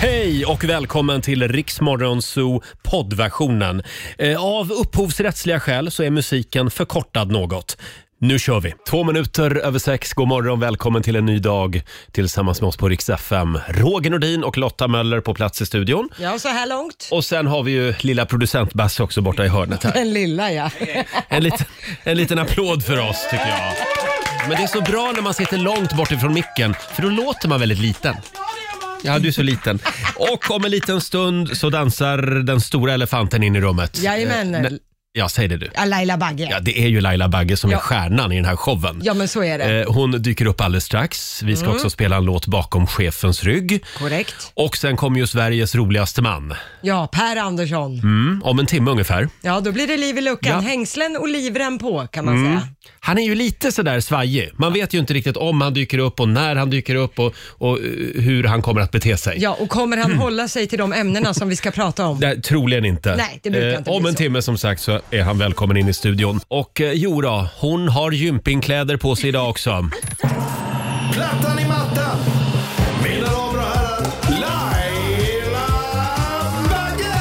Hej och välkommen till Riksmorgon Zoo poddversionen. Av upphovsrättsliga skäl så är musiken förkortad något. Nu kör vi. 6:02. God morgon, välkommen till en ny dag tillsammans med oss på Rix FM. Roger Nordin och Lotta Möller på plats i studion. Ja, så här långt. Och sen har vi ju lilla producent Basse också borta i hörnet här. Den lilla, ja. En liten applåd för oss tycker jag. Men det är så bra när man sitter långt bort ifrån micken, för då låter man väldigt liten. Ja, du är så liten. Och om en liten stund så dansar den stora elefanten in i rummet. Jajamän. Ja, säg det du. Ja, Laila Bagge. Ja, det är ju Laila Bagge som är stjärnan i den här showen. Ja, men så är det. Hon dyker upp alldeles strax. Vi ska också spela en låt bakom chefens rygg. Korrekt. Och sen kommer ju Sveriges roligaste man. Ja, Per Andersson. Om en timme ungefär. Ja, då blir det liv i luckan. Ja. Hängslen och livrem på, kan man säga. Han är ju lite sådär svajig. Man vet ju inte riktigt om han dyker upp och när han dyker upp och hur han kommer att bete sig. Ja, och kommer han hålla sig till de ämnena som vi ska prata om? Nej, troligen inte. Nej, det brukar inte om bli en så. timme som sagt så är han välkommen in i studion. Och jo då, hon har gympingkläder på sig idag också. Plattan i mattan. Mina damer och herrar, Laila Bagge!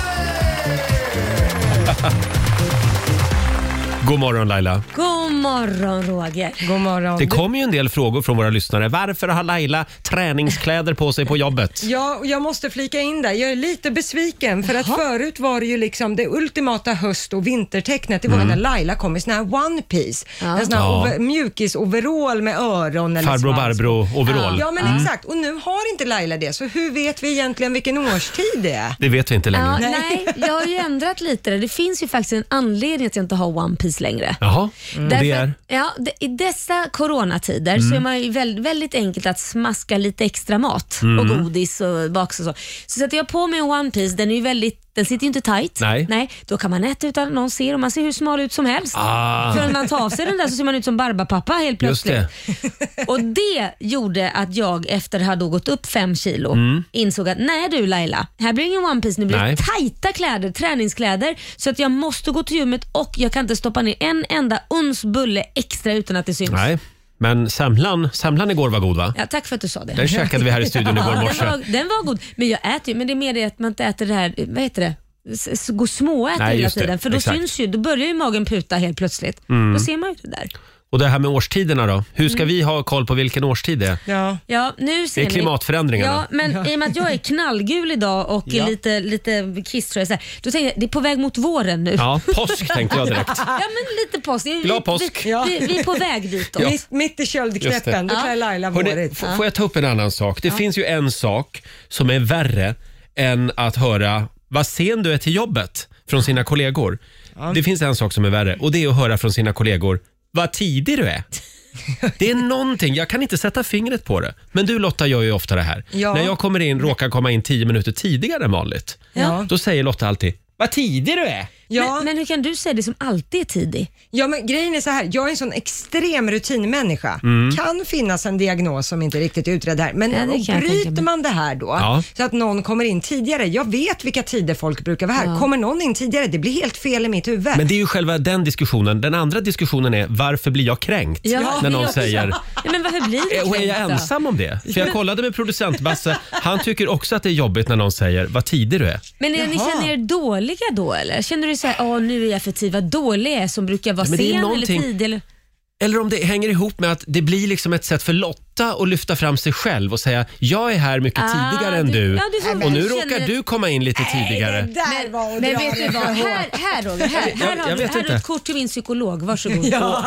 God morgon Laila. God morgon Roger. God morgon. Det kom ju en del frågor från våra lyssnare. Varför har Laila träningskläder på sig på jobbet? Ja, och jag måste flika in där. Jag är lite besviken för att förut var det ju liksom det ultimata höst- och vintertecknet. Det var när Laila kom i sån här One Piece. En sån här mjukis-overall med öron eller Farbror Barbro-overall. Ja, men exakt. Och nu har inte Laila det. Så hur vet vi egentligen vilken årstid det är? Det vet vi inte längre. Ja, nej, jag har ju ändrat lite. Det finns ju faktiskt en anledning att jag inte har One Piece längre. Jaha, det är? Ja, i dessa coronatider så är man ju väldigt enkelt att smaska lite extra mat och godis och baks och så. Så sätter jag på mig en One Piece, den är ju den sitter ju inte tight. Nej. Då kan man äta utan någon ser och man ser hur smal ut som helst. För när man tar av sig den där så ser man ut som Barbapapa helt plötsligt. Just det. Och det gjorde att jag efter att ha då gått upp 5 kilo insåg att nej du Laila, här blir ingen One Piece, nu blir det tajta kläder, träningskläder, så att jag måste gå till gymmet och jag kan inte stoppa ner en enda uns bulle extra utan att det syns. Nej. Men semlan igår var god va? Ja, tack för att du sa det. Den käkade vi här i studion igår morse. Den var god, men jag äter ju, men det är mer det att man inte äter det här, vad heter det? Gå småäter hela tiden, för då syns ju, då börjar ju magen puta helt plötsligt. Då ser man ju det där. Och det här med årstiderna då? Hur ska vi ha koll på vilken årstid det är? Ja, nu ser det är klimatförändringarna. Ja, men i och med att jag är knallgul idag och lite kisströja så här, då tänkte jag, det är på väg mot våren nu. Ja, påsk tänkte jag direkt. Ja, men lite påsk. Glad påsk. Vi är på väg dit då. Mitt i köldknäppen, då kan Laila varit. Får jag ta upp en annan sak? Det finns ju en sak som är värre än att höra vad sen du är till jobbet från sina kollegor. Det finns en sak som är värre och det är att höra från sina kollegor vad tidig du är. Det är någonting, jag kan inte sätta fingret på det. Men du Lotta gör ju ofta det här. När jag råkar komma in 10 minuter tidigare än vanligt. Då säger Lotta alltid, vad tidig du är. Men hur kan du säga det som alltid är tidig? Ja, men grejen är så här, jag är en sån extrem rutinmänniska. Kan finnas en diagnos som inte riktigt är utredd här, men bryter man det här då så att någon kommer in tidigare, jag vet vilka tider folk brukar vara här. Kommer någon in tidigare, det blir helt fel i mitt huvud. Men det är ju själva den diskussionen. Den andra diskussionen är, varför blir jag kränkt när någon säger men varför blir du kränkt? Är jag ensam om det? För jag kollade med producent Basse, han tycker också att det är jobbigt när någon säger, vad tidig du är. Men ni känner er dåliga då eller? Känner du så här, nu är jag för tid, vad dålig jag är som brukar vara sen eller tid eller om det hänger ihop med att det blir liksom ett sätt för Lotta att lyfta fram sig själv och säga, jag är här mycket tidigare än du och nu råkar du komma in lite tidigare. Men vet du vad, här Roger, här har du ett kort till min psykolog, varsågod.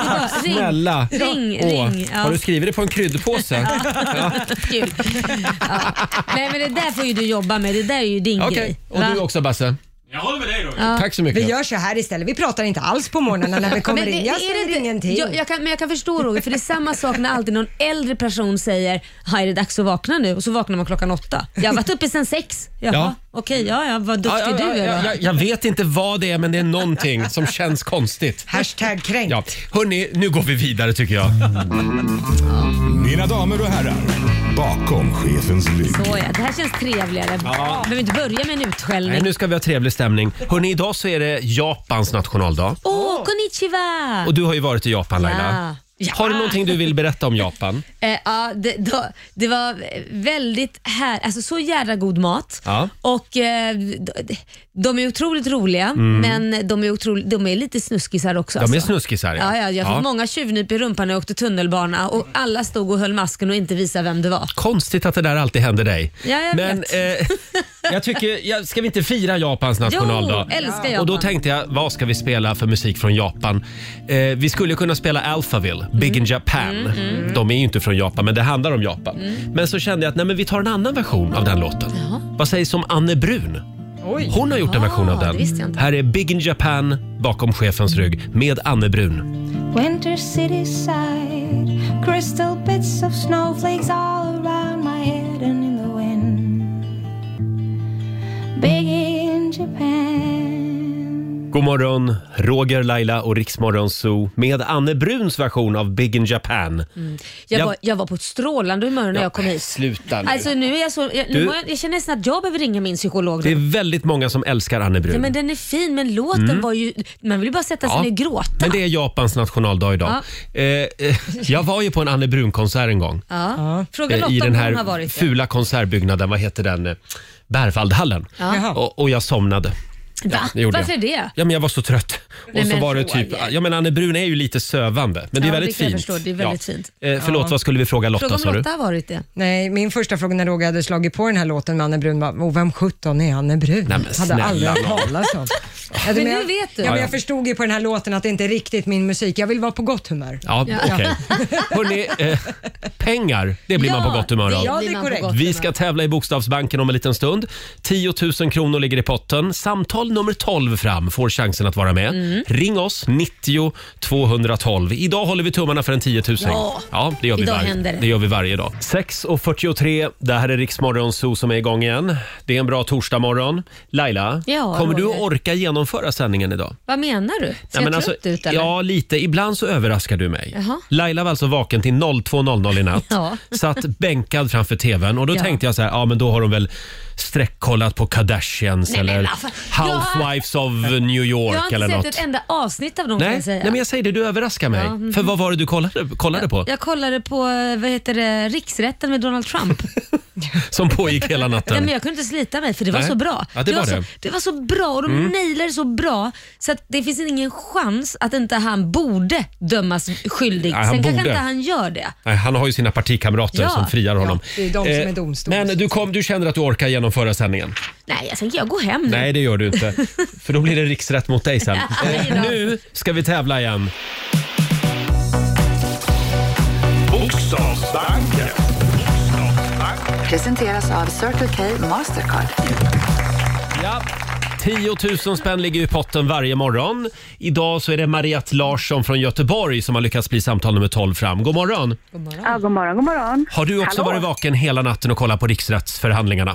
Snälla. Ring. Har du skrivit det på en kryddpåse? Kul. Nej, men det där får ju du jobba med, det där är ju din grej. Och du också Basse? Jag håller med dig då. Tack så mycket. Vi gör så här istället. Vi pratar inte alls på morgonen när vi kommer in. Jag säger ingenting. Jag kan förstå Roger, för det är samma sak när alltid någon äldre person säger, är det dags att vakna nu? Och så vaknar man 8:00. Jag har varit uppe sedan 6. Jaha, okej, vad duktig du är. Jag vet inte vad det är, men det är någonting som känns konstigt. #kränkt. Ja. Hörrni, nu går vi vidare tycker jag. Mina damer och herrar, bakom chefens rygg. Så det här känns trevligare. Behöver inte börja med en utskällning. Nej, nu ska vi ha trevlig stämning. Hörrni, idag så är det Japans nationaldag. Konnichiwa! Och du har ju varit i Japan, Laila. Ja. Har du någonting du vill berätta om Japan? Ja, det var väldigt alltså så jävla god mat. Ja. Och de är otroligt roliga, men de är lite snuskisar också. De är snuskisar, ja. Ja, jag fick många tjuvnyp i rumpan när jag åkte tunnelbana och alla stod och höll masken och inte visade vem det var. Konstigt att det där alltid händer dig. Ja, jag vet. Jag tycker, ska vi inte fira Japans nationaldag? Jo, älskar Japan. Och då tänkte jag, vad ska vi spela för musik från Japan? Vi skulle kunna spela Alphaville, Big in Japan. De är ju inte från Japan, men det handlar om Japan. Men så kände jag att vi tar en annan version av den låten. Vad sägs om Anne Brun? Oj. Hon har gjort en version av den. Här är Big in Japan bakom chefens rygg med Anne Brun. Winter city side, crystal bits of snowflakes all around my head and in the wind. Big in Japan. God morgon, Roger, Laila och Riksmorgon Zoo med Anne Bruns version av Big in Japan. Jag var på ett strålande humör när jag kom hit. Sluta nu. Alltså nu är jag så, jag känner nästan att jag behöver ringa min psykolog. Det är väldigt många som älskar Anne Brun. Ja, men den är fin, men låten var ju, man vill ju bara sätta sig ner och gråta. Men det är Japans nationaldag idag. Jag var ju på en Anne Brun-konsert en gång. Ja. Fråga Lotta i den om här hon har varit det. fula konsertbyggnaden, vad heter den? Berwaldhallen. Och jag somnade. Va? Varför det? Ja, men jag var så trött. Och så var det typ, ja, men Anne Brun är ju lite sövande, men det är väldigt fint. Förstå, det är väldigt fint. Förlåt, vad skulle vi fråga Lotta, fråga om Lotta har varit det. Nej, min första fråga när Roger hade slagit på den här låten med Anne Brun var, vem 17 är Anne Brun? Nej, men hade aldrig hört talas om. Men nu vet du. Ja, men jag förstod ju på den här låten att det inte är riktigt min musik. Jag vill vara på gott humör. Ja, okej. Hörrni, pengar, det blir man på gott humör av. Ja, det är korrekt. Vi ska tävla i Bokstavsbanken om en liten stund. 10 000 kronor ligger i potten. Samtal nummer 12 fram får chansen att vara med. Ring oss, 90 212. Idag håller vi tummarna för en 10 000. Ja, det gör vi det gör vi varje dag. 6:43, det här är Riksmorgon Zoo som är igång igen. Det är en bra torsdagmorgon. Laila, kommer du att orka genomföra sändningen idag? Vad menar du? Ser jag trött ut eller? Ja, lite. Ibland så överraskar du mig. Jaha. Laila var alltså vaken till 02:00 i natt. Satt bänkad framför tvn och då tänkte jag så här, men då har hon väl sträckkollat på Kardashians eller Housewives of New York eller något. Jag har inte sett ett enda avsnitt av dem, kan jag säga. Nej, men jag säger det, du överraskar mig. För vad var det du kollade på? Jag kollade på, Riksrätten med Donald Trump. Som pågick hela natten. Nej, men jag kunde inte slita mig för det var så bra. Ja, det var så bra och de nailade så bra så att det finns ingen chans att inte han borde dömas skyldig. Nej, sen kanske inte han gör det. Nej, han har ju sina partikamrater som friar honom. Det är de som är domstol. Men du känner att du orkar genomföra sändningen? Nej, jag tänker jag går hem nu. Nej, det gör du inte. För då blir det riksrätt mot dig sen. Nu ska vi tävla igen. Bokstavsbanken. Presenteras av Circle K Mastercard. Ja. 10 000 spänn ligger i potten varje morgon. Idag så är det Mariette Larsson från Göteborg som har lyckats bli samtal nummer 12 fram. God morgon. Ja, god morgon. Har du också varit vaken hela natten och kollat på riksrättsförhandlingarna?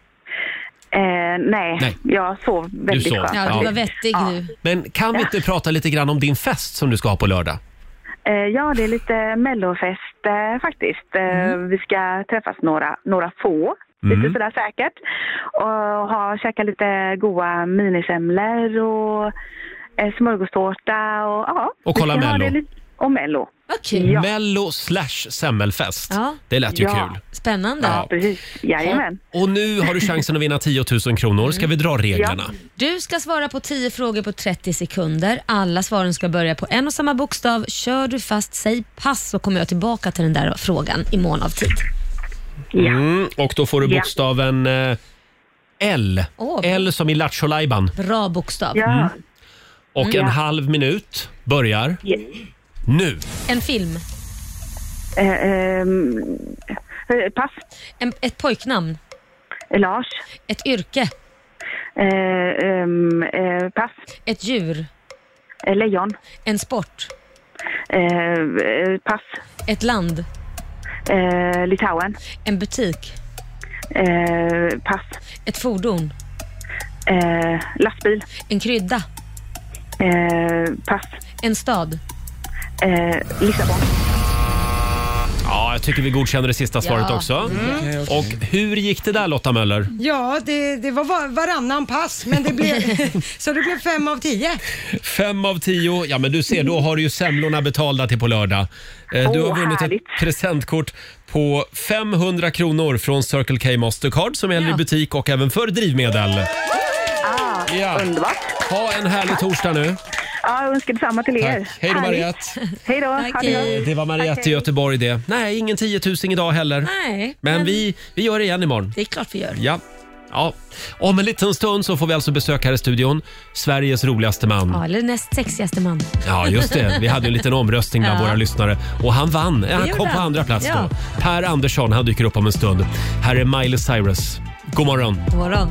Nej, jag sov väldigt skönt. Ja, du var vettig nu. Men kan vi inte prata lite grann om din fest som du ska ha på lördag? Ja, det är lite mellofest faktiskt. Vi ska träffas några få, lite sådär säkert. Och käka lite goda minisemlor och smörgåstårta och kolla Mello. Och Mello. Okay. Ja. Mello/semmelfest. Det lät ju kul. Spännande. Ja, precis. Jajamän. Och nu har du chansen att vinna 10 000 kronor. Ska vi dra reglerna? Du ska svara på 10 frågor på 30 sekunder. Alla svaren ska börja på en och samma bokstav. Kör du fast, säg pass, så kommer jag tillbaka till den där frågan i mån av tid. Och då får du bokstaven L. L som i Lattjo Lajban. Bra bokstav. Ja. Och en halv minut börjar nu. En film. Pass. Ett pojknamn. Lars. Ett yrke. Pass. Ett djur. Lejon. En sport. Pass. Ett land. Litauen. En butik. Pass. Ett fordon. Lastbil. En krydda. Pass. En stad. Lissabon. jag tycker vi godkänner det sista svaret också. Och hur gick det där, Lotta Möller? Ja, det var varannan pass, men det blev 5 av 10. 5 av 10. Ja, men du ser, då har du ju semlorna betalda till på lördag. Du har vunnit ett presentkort på 500 kronor från Circle K Mastercard som gäller i butik och även för drivmedel. Underbart. Ha en härlig torsdag nu. Ja, jag önskar detsamma till er. Tack. Hej då, Mariette. Hej då. Det var Mariette i Göteborg det. Nej, ingen 10 000 idag heller. Nej. Men vi gör det igen imorgon. Det är klart vi gör. Ja. Om en liten stund så får vi alltså besök här i studion. Sveriges roligaste man. Ja, eller näst sexigaste man. Ja, just det. Vi hade en liten omröstning bland våra lyssnare. Och han vann. Han kom på andra plats då. Per Andersson, han dyker upp om en stund. Här är Miley Cyrus. God morgon. God morgon.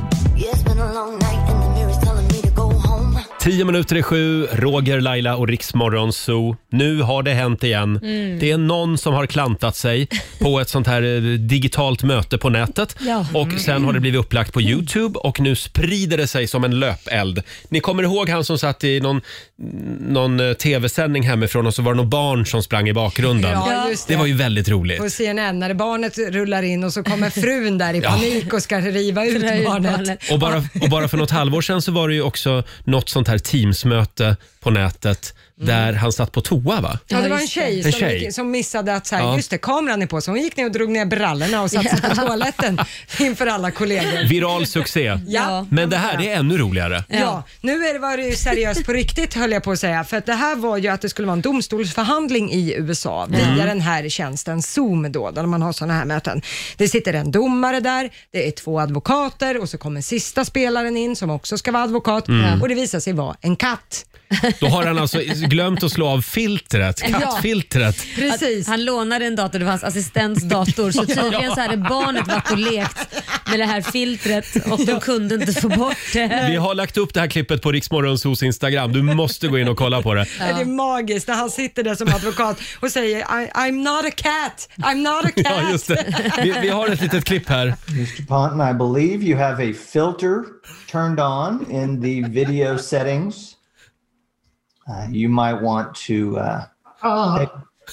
6:50, Roger, Laila och Riksmorgon Zoo. Nu har det hänt igen. Det är någon som har klantat sig på ett sånt här digitalt möte på nätet. Och sen har det blivit upplagt på YouTube och nu sprider det sig som en löpeld. Ni kommer ihåg han som satt i någon tv-sändning hemifrån och så var det någon barn som sprang i bakgrunden. Ja, just det var ju väldigt roligt. På CNN när barnet rullar in och så kommer frun där i panik och ska riva ut barnet. Och bara för något halvår sedan så var det ju också något sånt här Teams-möte på nätet där han satt på toa, va? Ja, det var en tjej som missade att just det, kameran är på, så hon gick ner och drog ner brallorna och satt sig på toaletten inför alla kollegor. Viral succé. Men det här är ännu roligare. Ja, nu var det ju seriöst på riktigt, höll jag på att säga, för att det här var ju att det skulle vara en domstolsförhandling i USA via den här tjänsten Zoom då, där man har sådana här möten. Det sitter en domare där, det är 2 advokater och så kommer sista spelaren in som också ska vara advokat och det visar sig vara en katt. Då har han alltså glömt att slå av filtret, kattfiltret. Precis. Han lånade en dator, det var hans assistents dator, så tydligen så hade barnet varit och lekt med det här filtret och de kunde inte få bort det. Vi har lagt upp det här klippet på Riksmorgonsos Instagram. Du måste gå in och kolla på det. Det är magiskt när han sitter där som advokat och säger I'm not a cat, I'm not a cat. Ja, just det. Vi har ett litet klipp här. Mr. Ponton, I believe you have a filter turned on in the video settings. You might want to take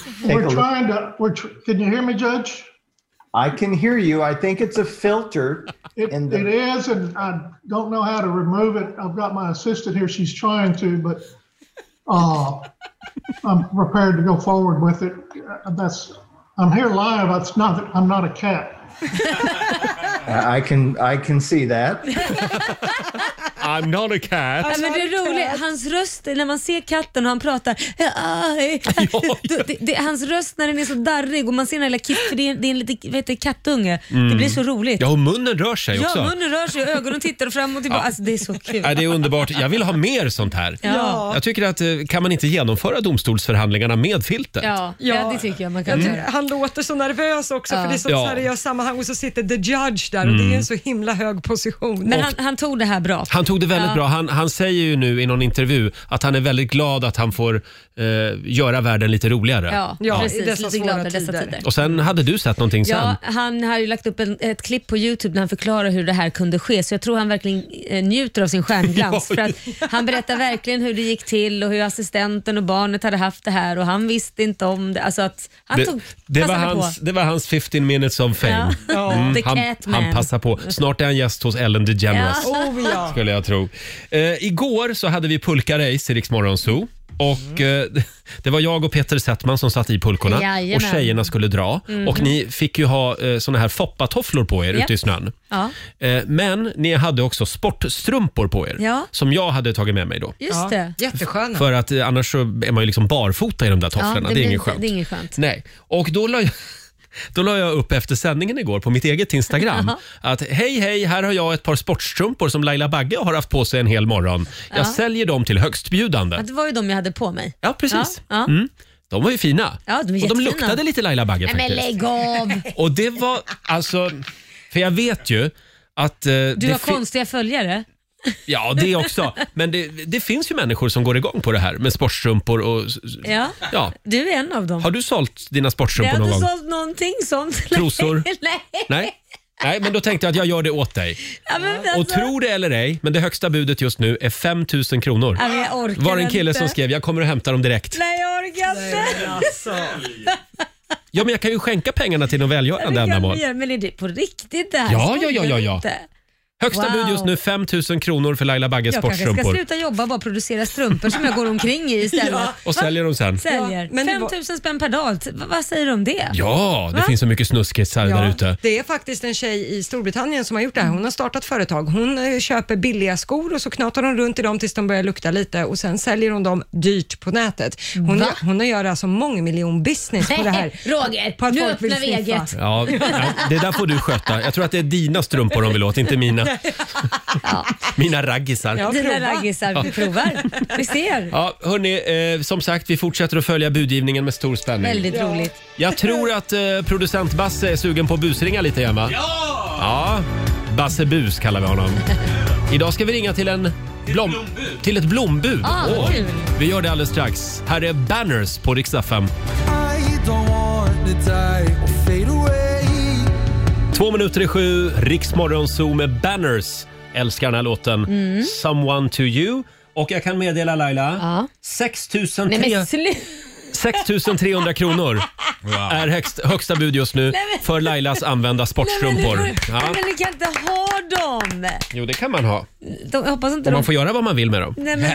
can you hear me, Judge? I can hear you. I think it's a filter. It is, and I don't know how to remove it. I've got my assistant here. She's trying to, but I'm prepared to go forward with it. I'm here live. I'm not a cat. I can see that. I'm not a cat. Ja, men det är roligt. Hans röst, när man ser katten och han pratar hans röst när den är så darrig och man ser den hela kitt, för det är en liten kattunge. Det blir så roligt. Ja, och munnen rör sig också. Ja, munnen rör sig och ögonen tittar fram och tillbaka. Alltså, det är så kul. Ja, det är underbart. Jag vill ha mer sånt här. Ja. Jag tycker att kan man inte genomföra domstolsförhandlingarna med filter? Ja, det tycker jag man kan göra. Han låter så nervös också för det är så seriöst sammanhang och så sitter the judge där och det är en så himla hög position. Men han tog det här bra. Han tog det väldigt bra. Han säger ju nu i någon intervju att han är väldigt glad att han får göra världen lite roligare. Ja, precis. Lite glad i dessa tider. Och sen hade du sett någonting sen? Ja, han har ju lagt upp ett klipp på YouTube där han förklarar hur det här kunde ske. Så jag tror han verkligen njuter av sin stjärnglans. För att han berättar verkligen hur det gick till och hur assistenten och barnet hade haft det här och han visste inte om det. Alltså att han det var hans 15 minutes of fame. Han passar på. Snart är han gäst hos Ellen DeGeneres. Skulle jag tro. Igår så hade vi pulka-race i Riksmorgon Zoo. Och det var jag och Peter Settman som satt i pulkorna. Jajamän. Och tjejerna skulle dra. Och ni fick ju ha såna här foppatofflor på er ute i snön. Men ni hade också sportstrumpor på er. Som jag hade tagit med mig då. Just det. Jättesköna. För att annars så är man ju liksom barfota i de där tofflorna. Det är inget skönt. Det är inget skönt. Nej. Och då la jag upp efter sändningen igår på mitt eget Instagram att hej, här har jag ett par sportstrumpor som Laila Bagge har haft på sig en hel morgon. Jag säljer dem till högstbjudande. Det var ju de jag hade på mig. Ja, precis. De var ju fina. Ja, och de luktade lite Laila Bagge faktiskt. Men lägg av! Och det var alltså, för jag vet ju att du har konstiga följare. Ja, det också. Men det finns ju människor som går igång på det här med sportstrumpor och... Ja, du är en av dem. Har du sålt dina sportstrumpor någon gång? Jag har inte sålt någonting sånt. Trosor? Nej. Nej, men då tänkte jag att jag gör det åt dig. Och tro det eller ej, men det högsta budet just nu är 5 000 kronor. Jag orkar var en kille som skrev, jag kommer att hämta dem direkt. Nej, jag orkar inte. Ja, men jag kan ju skänka pengarna till någon välgörande ändamål. Men är det på riktigt det här? Ja. Högsta bud just nu 5 000 kronor för Laila Bagges sportstrumpor. Jag kanske ska sluta jobba och bara producera strumpor som jag går omkring i istället. Och säljer dem sen. Säljer. 5 000 spänn per dag. Vad säger du om det? Ja, det finns så mycket snuskisar där ute. Det är faktiskt en tjej i Storbritannien som har gjort det här. Hon har startat företag. Hon köper billiga skor och så knatar hon runt i dem tills de börjar lukta lite och sen säljer hon dem dyrt på nätet. Hon gör alltså mångmiljon-business på det här. Roger, på att nu folk vill öppnar vi eget. Ja, det där får du sköta. Jag tror att det är dina strumpor de vill åt, inte mina. Mina raggisar. Dina raggisar, vi provar. Vi ser. Ja, hörni, som sagt, vi fortsätter att följa budgivningen med stor spänning. Väldigt roligt. Jag tror att producent Basse är sugen på att busringa lite igen, va? Ja, Basse Bus kallar vi honom. Idag ska vi ringa till till ett blombud. Vi gör det alldeles strax. Här är Banners på Rix FM. 6:07, Rix Morgonzoo med Banners. Älskar den här låten. Someone to you. Och jag kan meddela Laila, 6,300 kronor är högsta bud just nu för Lailas använda sportstrumpor. Men ni kan inte ha dem. Jo, det kan man ha. Hoppas inte man får göra vad man vill med dem.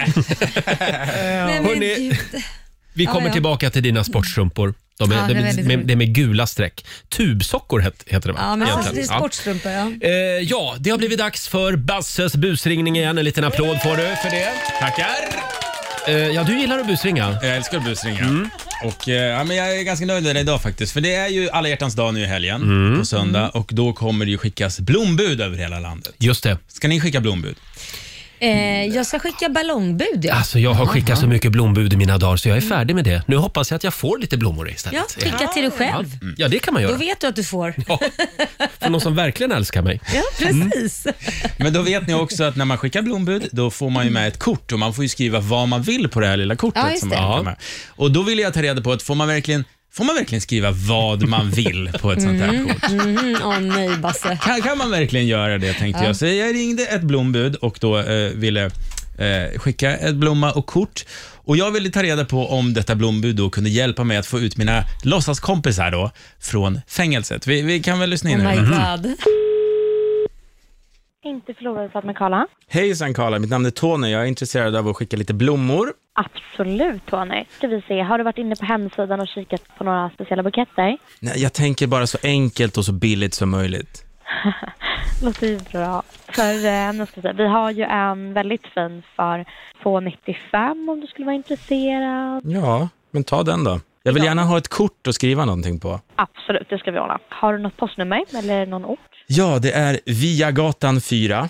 Hörrni, vi kommer tillbaka till dina sportstrumpor. Det är med gula streck. Tubsockor heter det, va? Ja, men det är sportstrumpor, ja, det har blivit dags för Basses busringning igen. En liten applåd får du för det. Tackar. Ja, du gillar att busringa. Jag älskar att busringa. Och men jag är ganska nöjd med det idag faktiskt. För det är ju alla hjärtans dag nu i helgen på söndag. Och då kommer det ju skickas blombud över hela landet. Just det. Ska ni skicka blombud? Jag ska skicka ballongbud. Ja. Alltså jag har skickat så mycket blombud i mina dagar så jag är färdig med det. Nu hoppas jag att jag får lite blommor istället. Ja, skicka till dig själv. Ja, det kan man göra. Då vet du att du får. Ja, för någon som verkligen älskar mig. Ja, precis. Men då vet ni också att när man skickar blombud då får man ju med ett kort och man får ju skriva vad man vill på det här lilla kortet som man skickar med. Och då vill jag ta reda på att får man verkligen skriva vad man vill på ett sånt här kort? Nej, Basse. Kan man verkligen göra det, tänkte jag. Så jag ringde ett blombud och då ville skicka ett blomma och kort. Och jag ville ta reda på om detta blombud då kunde hjälpa mig att få ut mina låtsaskompisar då från fängelset. Vi kan väl lyssna in här. Oh my God. Inte förlorad för med Karla. Hejsan Karla, mitt namn är Tony. Jag är intresserad av att skicka lite blommor. Absolut Tony. Ska vi se, har du varit inne på hemsidan och kikat på några speciella buketter? Nej, jag tänker bara så enkelt och så billigt som möjligt. Låter ju bra. För nu ska vi säga, vi har ju en väldigt fin för 2,95 om du skulle vara intresserad. Ja, men ta den då. Jag vill gärna ha ett kort att skriva någonting på. Absolut, det ska vi ordna. Har du något postnummer eller någon ort? Ja, det är Viagatan 4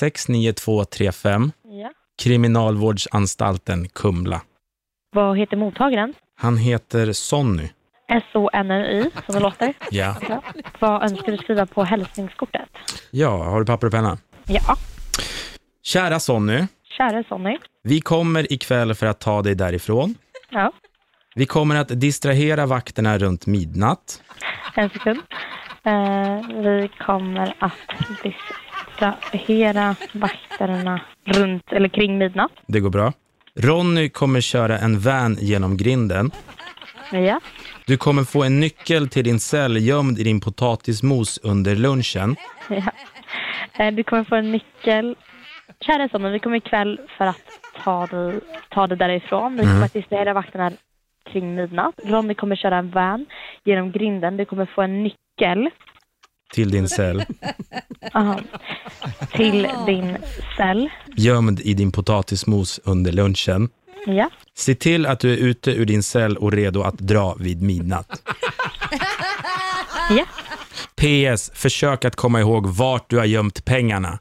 69235. Ja. Kriminalvårdsanstalten Kumla. Vad heter mottagaren? Han heter Sonny. SONNY, som det låter. Ja. Vad önskar du skriva på hälsningskortet? Ja, har du papper och penna? Ja. Kära Sonny. Kära Sonny. Vi kommer ikväll för att ta dig därifrån. Ja. Vi kommer att distrahera vakterna runt midnatt. En sekund. Vi kommer att distrahera vakterna runt eller kring midnatt. Det går bra. Ronny kommer köra en van genom grinden. Ja. Du kommer få en nyckel till din cell gömd i din potatismos under lunchen. Ja. Du kommer få en nyckel. Kära Sonny, vi kommer ikväll för att ta det därifrån. Vi kommer att distrahera vakterna kring midnatt. Ronny kommer köra en van genom grinden. Du kommer få en nyckel. Till din cell. Aha. Till din cell. Gömd i din potatismos under lunchen. Ja. Se till att du är ute ur din cell och redo att dra vid midnatt. Ja. PS, försök att komma ihåg vart du har gömt pengarna.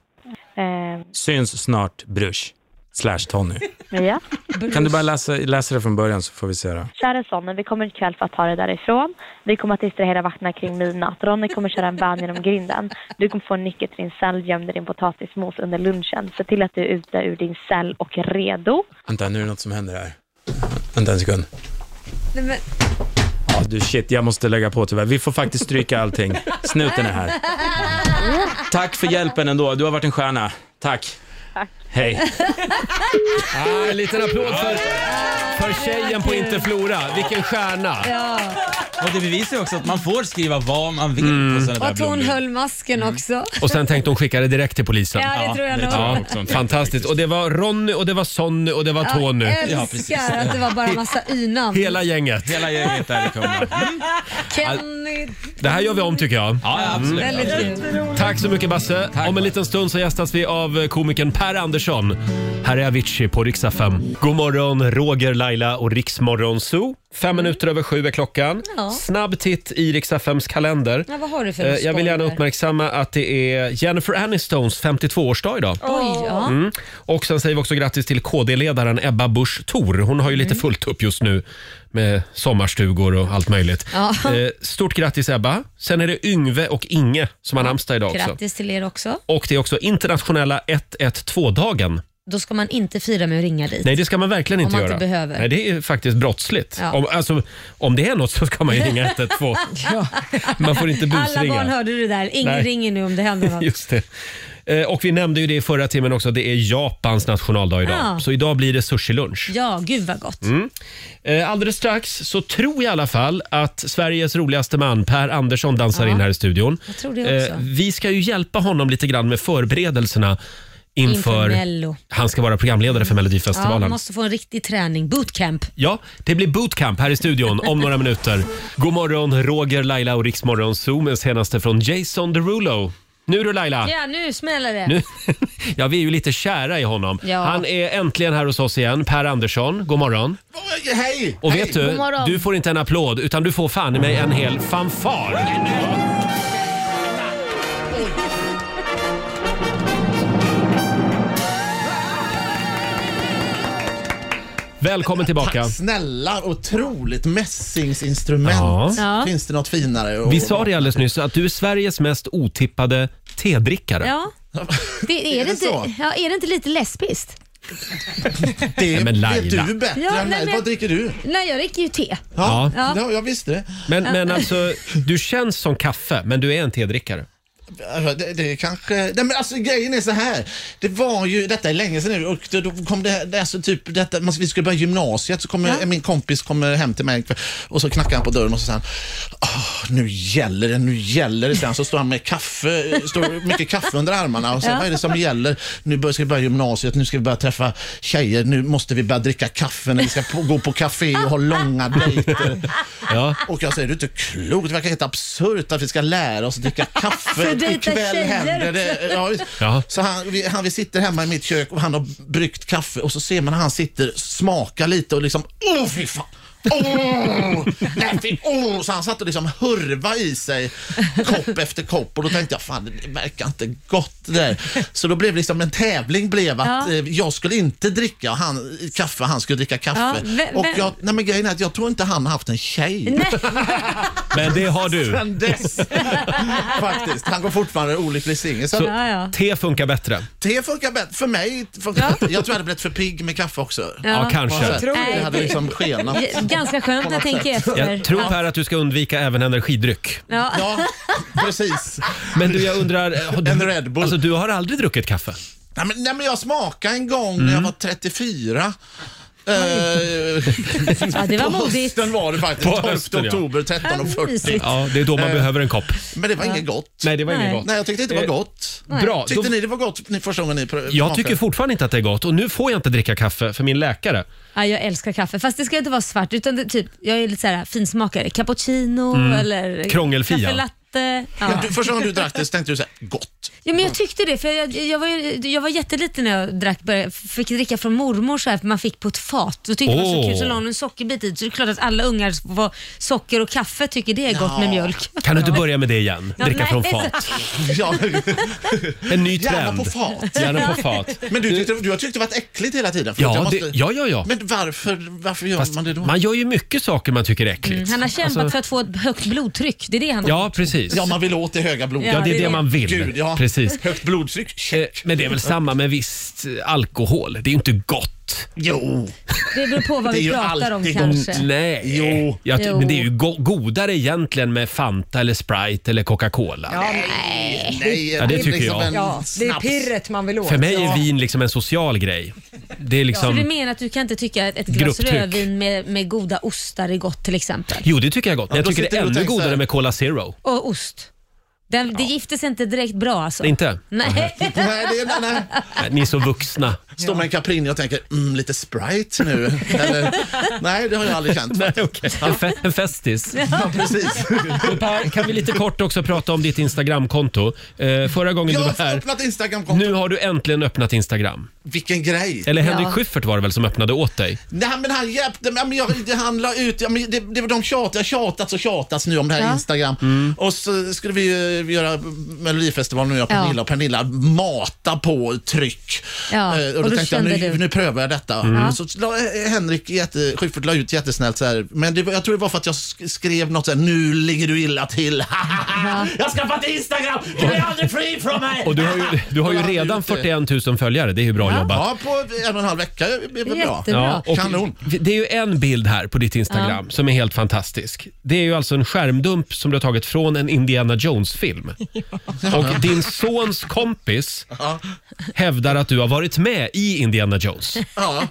Syns snart, Brush. /Tony. Ja. Kan du bara läsa det från början så får vi se det. Kära Sonny, vi kommer ikväll för att ta det därifrån. Vi kommer att distrahera vakterna kring midnatt. Ronny kommer köra en van genom grinden. Du kommer få en nyckel till din cell gömd i din potatismos under lunchen. Se till att du är ute ur din cell och redo. Vänta, nu är det något som händer här. Vänta en sekund. Nej, men... Ja, du shit, jag måste lägga på tyvärr. Vi får faktiskt stryka allting. Snuten är här. Tack för hjälpen ändå. Du har varit en stjärna. Tack. Hej. En liten applåd för tjejen på Interflora. Vilken stjärna. Ja. Och det bevisar ju också att man får skriva vad man vill på sådana där Och att hon höll masken också. Och sen tänkte hon skicka det direkt till polisen. Ja, det tror jag nog. Ja, fantastiskt. Och det var Ronny och det var Sonny och det var Tony. Jag älskar att det var bara massa y-namn. Hela gänget. Hela gänget där det kommer. Kenny. Det här gör vi om tycker jag. Ja, absolut. Väldigt kul. Tack så mycket Basse. Om en liten stund så gästas vi av komikern Per Andersson. Här är Avicii på Rix FM. God morgon, Roger, Laila och Riksmorgon Zoo. 5 minuter över 7 är klockan. Ja. Snabb titt i Rix FMs kalender. Ja, vad har du för Jag vill gärna uppmärksamma att det är Jennifer Anistons 52-årsdag idag. Oj, ja. Och sen säger vi också grattis till KD-ledaren Ebba Busch Thor. Hon har ju lite fullt upp just nu med sommarstugor och allt möjligt. Ja. Stort grattis Ebba. Sen är det Yngve och Inge som har namnsdag idag också. Grattis till er också. Och det är också internationella 112-dagen. Då ska man inte fira med att ringa dit. Nej, det ska man verkligen inte göra. Om man inte behöver. Nej, det är faktiskt brottsligt. Ja. Om det är något så ska man ju ringa 112. Man får inte busringa. Alla barn hörde det där. Ingen ringer nu om det händer något. Just det. Och vi nämnde ju det i förra timmen också. Det är Japans nationaldag idag. Ja. Så idag blir det sushi-lunch. Ja, gud vad gott. Alldeles strax så tror jag i alla fall att Sveriges roligaste man Per Andersson dansar in här i studion. Jag tror det också. Vi ska ju hjälpa honom lite grann med förberedelserna inför Mello. Han ska vara programledare för Melodifestivalen. Ja, man måste få en riktig träning. Bootcamp. Ja, det blir bootcamp här i studion om några minuter. God morgon, Roger, Laila och Riksmorgon Zoo med senaste från Jason Derulo. Nu du Laila. Ja, nu smäller det. Nu. Ja, vi är ju lite kära i honom. Ja. Han är äntligen här hos oss igen. Per Andersson, god morgon. Hej! Och vet du, God morgon. du får inte en applåd utan du får fan i mig en hel fanfar. Välkommen tillbaka. Tack snälla, otroligt mässingsinstrument. Ja. Finns det något finare? Vi sa det alldeles nyss att du är Sveriges mest otippade tedrickare. Ja. Är det inte lite lesbiskt? Det men Laila. vet du bättre än mig. Vad dricker du? Nej, jag dricker ju te. Ja. Jag visste det. Men alltså, du känns som kaffe, men du är en tedrickare. Det kanske... Nej, men alltså grejen är så här. Det var ju... Detta är länge sedan nu och då kom det alltså typ detta... Vi skulle börja gymnasiet så kommer min kompis hem till mig och så knackar han på dörren och så säger han nu gäller det. Sen så står han med kaffe, står mycket kaffe under armarna och så vad är det som gäller? Nu ska vi börja gymnasiet, nu ska vi börja träffa tjejer, nu måste vi börja dricka kaffe när vi ska gå på café och ha långa dejter. Ja. Och jag säger, det är inte klokt, det verkar helt absurt att vi ska lära oss att dricka kaffe. Ikväll händer det. Ja. Så vi sitter hemma i mitt kök och han har bryggt kaffe och så ser man att han sitter, smakar lite och liksom, fy fan. Så han satt och liksom hurva i sig kopp efter kopp och då tänkte jag, fan det verkar inte gott där. Så då blev liksom en tävling blev att jag skulle inte dricka kaffe, han skulle dricka kaffe. Och men grejen är att jag tror inte han har haft en tjej. Men det har du. Sen dess. Faktiskt, han går fortfarande olycklig singel. Så te funkar bättre. Te funkar bättre, för mig funkar bättre. Jag tror jag hade blivit för pigg med kaffe också. Ja, kanske. Det hade liksom skenat. Ganska skönt när jag tänker efter. Jag tror Per att du ska undvika även energidryck. Ja, precis. Men du, jag undrar, en Red Bull. Alltså, du har aldrig druckit kaffe? Nej, men jag smakade en gång när jag var 34. Ja, det var modigt. Hösten var det faktiskt. På 12 hösten, oktober 13.40. Ja, det är då man behöver en kopp. Men det var inget gott. Nej, det var inget gott. Nej, jag tyckte inte det var gott. Bra. Tyckte ni det var gott första gången ni Jag tycker fortfarande inte att det är gott och nu får jag inte dricka kaffe för min läkare. Ja, jag älskar kaffe, fast det ska inte vara svart utan det, typ, jag är lite så här finsmakare. Cappuccino eller krångelfia. kaffelatte. Ja. Första gången du drack det så tänkte du så här, gott. Ja, men jag tyckte det, för jag var jätteliten när jag fick dricka från mormor så här, för man fick på ett fat. Då tyckte man så kul, så la hon en sockerbit i. Så det är klart att alla ungar får socker och kaffe tycker det är gott med mjölk. Kan du inte börja med det igen? Dricka från fat. Ja. En ny trend. Gärna på fat. Men du har tyckt det varit äckligt hela tiden. Ja. Men varför gör man det då? Man gör ju mycket saker man tycker är äckligt. Han har kämpat för att få ett högt blodtryck. Det är det han har. Ja, precis. Ja, man vill åt det höga blodtryck. Ja, det är det man vill. Gud, ja. Precis. Högt blodtryck. Men det är väl samma med visst alkohol. Det är ju inte gott. gott. Jo. Det beror på vad vi pratar om kanske. Nej. Jo. Men det är ju godare egentligen med Fanta eller Sprite eller Coca-Cola. Nej. Ja, det tycker jag. Ja, det är pirret man vill åt. För mig är vin liksom en social grej. Det är liksom... Så du menar att du kan inte tycka att ett glas rödvin med goda ostar är gott till exempel? Jo, det tycker jag är gott. Men jag tycker det är ännu godare med Cola Zero. Och ost. Det gifter sig inte direkt bra alltså. Inte? Nej. Nej. Ni är så vuxna. Står med en Caprini och tänker, lite Sprite nu. Eller, nej, det har jag aldrig känt. Nej, okay. En festis. Ja, precis. Per, kan vi lite kort också prata om ditt Instagramkonto? Förra gången du var här. Öppnat Instagramkonto. Nu har du äntligen öppnat Instagram. Vilken grej. Eller Henrik Schyffert var det väl som öppnade åt dig? Nej, men han hjälpte mig. Han la ut, det var de tjatats nu om det här Instagram. Och så skulle vi göra Melodifestivalen nu, och Pernilla mata på tryck. Och då tänkte jag, nu prövar jag detta. Så Henrik Schyffert la ut jättesnällt så här. Men jag tror det var för att jag skrev något så här, nu ligger du illa till. Jag ska få Instagram, du är aldrig fri från mig. Och du har ju redan 41 000 följare, det är ju bra jobbat. Ja, på 1,5 vecka är det bra. Ja, och kanon. Det är ju en bild här på ditt Instagram som är helt fantastisk. Det är ju alltså en skärmdump som du har tagit från en Indiana Jones-film. Och din sons kompis hävdar att du har varit med i Indiana Jones. Ja,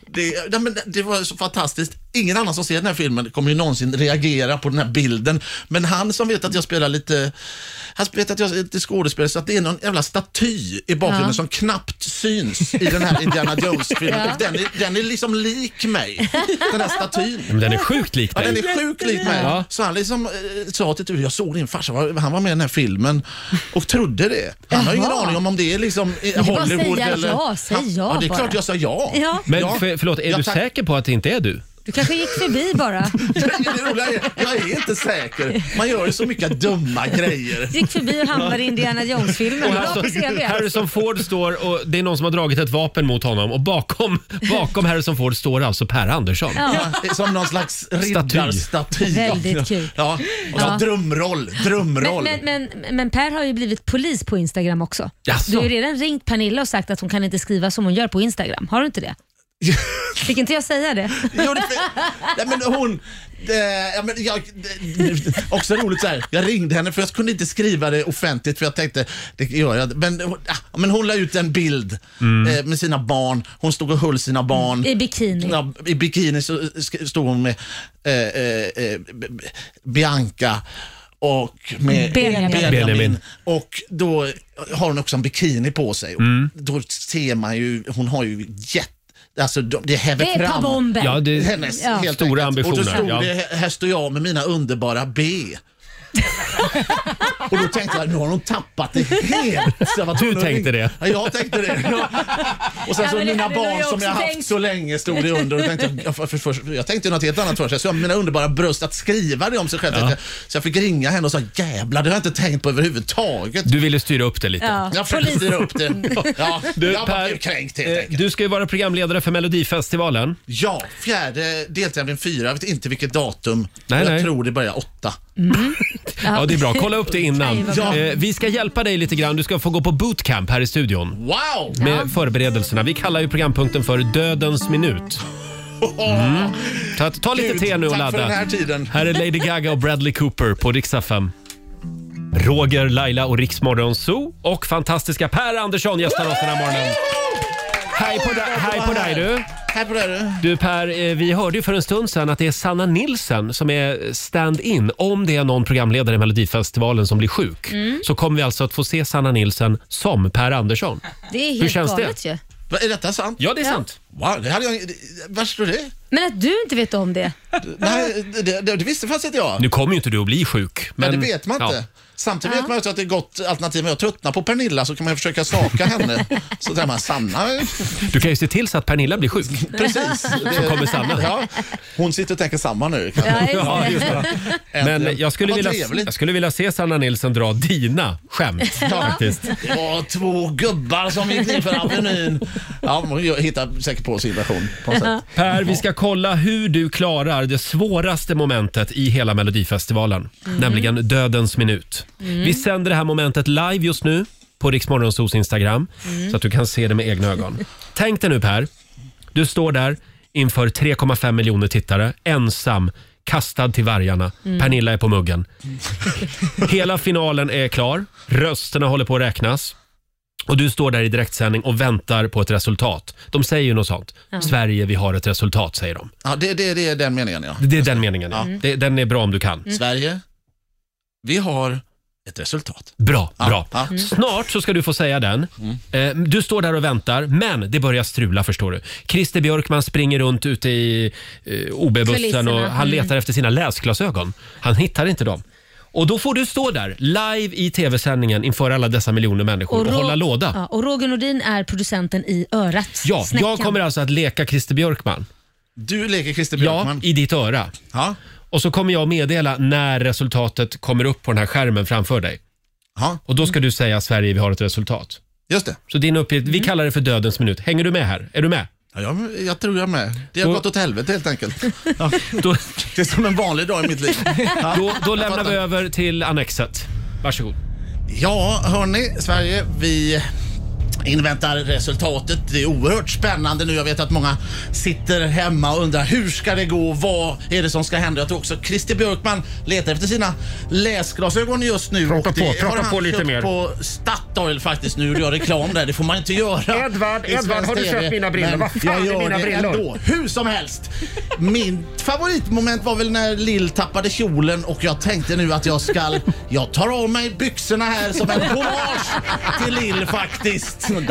det var så fantastiskt. Ingen annan som ser den här filmen kommer ju någonsin reagera på den här bilden. Men han som vet att jag spelar lite... Han vet att jag är lite skådespelare, så att det är någon jävla staty i bakgrunden som knappt syns i den här Indiana Jones-filmen. Och den är liksom lik mig, den här statyn. Men den är sjukt lik dig. Ja, den är sjukt lik mig. Ja. Så han liksom sa till jag såg din farsa, han var med i den här filmen och trodde det. Han har ingen aning om det är liksom Hollywood eller... Säg ja, det är klart jag sa ja. Men förlåt, är du säker på att det inte är du? Du kanske gick förbi bara. Det roliga är, jag är inte säker. Man gör ju så mycket dumma grejer. Gick förbi och hamnade i Indiana Jones-filmen. Harrison Ford står och det är någon som har dragit ett vapen mot honom och bakom Harrison Ford står alltså Per Andersson. Ja, som någon slags riddarstaty. Väldigt kul. Ja, och så drömroll. Men Per har ju blivit polis på Instagram också. Jaså? Du har ju redan ringt Pernilla och sagt att hon kan inte skriva som hon gör på Instagram. Har du inte det? Fick inte jag säga det? Jo, nej, men hon... också roligt så här. Jag ringde henne för jag kunde inte skriva det offentligt för jag tänkte, det gör jag. Men hon la ut en bild med sina barn. Hon stod och höll sina barn. I bikini. Ja, i bikini så stod hon med Bianca och med Benjamin. Och då har hon också en bikini på sig. Och då ser man ju, hon har ju alltså det häver fram. Det är på bomben. Ja, det är hennes helt stora ambitioner. Och då stod det, här står jag med mina underbara B. Och då tänkte jag, nu har hon tappat det helt. Du tänkte det? Ja, jag tänkte det. Och sen så mina barn som jag haft så länge stod det under. Och tänkte jag tänkte något helt annat för sig. Så mina underbara bröst att skriva det om sig själv. Så jag fick ringa henne och sa, jävlar, det har jag inte tänkt på överhuvudtaget. Du ville styra upp det lite. Ja. Jag fick styra upp det. Ja, jag var kränkt helt enkelt. Du ska ju vara programledare för Melodifestivalen. Ja, 4:e deltävling 4. Jag vet inte vilket datum. Nej. Jag tror det börjar 8. Ja, det är bra. Kolla upp det innan. Vi ska hjälpa dig lite grann. Du ska få gå på bootcamp här i studion. Wow! Med förberedelserna. Vi kallar ju programpunkten för Dödens minut. Ta lite te nu och ladda. Tack för den här tiden. Här är Lady Gaga och Bradley Cooper på Rix FM. Roger, Laila och Rix Morgon Zoo och fantastiska Per Andersson gästar oss den här morgonen. Hej på dig du. Hej på dig du. Du Per, vi hörde ju för en stund sedan att det är Sanna Nilsson som är stand-in. Om det är någon programledare i Melodifestivalen som blir sjuk så kommer vi alltså att få se Sanna Nilsson som Per Andersson. Det är helt Hur känns galet det? Ju. Är detta sant? Ja, det är sant. Wow, det hade jag... Vad står det? Men att du inte vet om det? Nej, det visste faktiskt inte jag. Nu kommer ju inte du att bli sjuk. Men det vet man inte. Samtidigt vet man också att det är ett gott alternativ. Om jag tröttnar på Pernilla så kan man försöka staka henne. Så där man Sanna. Du kan ju se till så att Pernilla blir sjuk. Precis. Så kommer Sanna. Ja, hon sitter och tänker samma nu. Ja, just det. Men jag skulle vilja se Sanna Nilsson dra dina skämt. Faktiskt. Det var 2 gubbar som gick in för Avenyn. Ja, man hittar säkert på sin version. Per, vi ska kolla hur du klarar det svåraste momentet i hela Melodifestivalen. Nämligen Dödens minut. Vi sänder det här momentet live just nu på Rix Morgonzoos Instagram så att du kan se det med egna ögon. Tänk dig nu Per, Du står där inför 3,5 miljoner tittare, ensam, kastad till vargarna. Pernilla är på muggen. Hela finalen är klar. Rösterna håller på att räknas. Och du står där i direktsändning och väntar på ett resultat. De säger ju något sånt. Sverige, vi har ett resultat, säger de. Ja, det är den meningen, ja. Det är den meningen, ja. Den är bra om du kan. Sverige, vi har ett resultat. Bra. Snart så ska du få säga den. Du står där och väntar, men det börjar strula, förstår du. Christer Björkman springer runt ute i OB-bussen och han letar efter sina läsglasögon. Han hittar inte dem. Och då får du stå där live i tv-sändningen inför alla dessa miljoner människor och hålla låda. Ja, och Roger Nordin är producenten i örat. Ja, Snäckan. jag kommer alltså att leka Christer Björkman. Du leker Christer Björkman? Ja, i ditt öra. Ja. Och så kommer jag meddela när resultatet kommer upp på den här skärmen framför dig. Ja. Och då ska du säga Sverige, vi har ett resultat. Just det. Så din uppgift, vi kallar det för dödens minut. Hänger du med här? Är du med? Ja, jag tror jag är med. Det har gått åt helvete helt enkelt. Ja. Det är som en vanlig dag i mitt liv. Ja. Då lämnar vi över till annexet. Varsågod. Ja, hörni, Sverige, vi inväntar resultatet. Det är oerhört spännande nu. Jag vet att många sitter hemma och undrar hur ska det gå? Vad är det som ska hända? Jag tror också Christer Björkman letar efter sina läsglasögon just nu. Prata på lite mer. På Statoil faktiskt. Nu gör jag reklam där. Det får man inte göra. Edvard, har du köpt mina brillor? Vad fan är mina brillor? Hur som helst. Min favoritmoment var väl när Lill tappade kjolen och jag tänkte nu att jag tar av mig byxorna här som en hommage till Lill faktiskt. Nej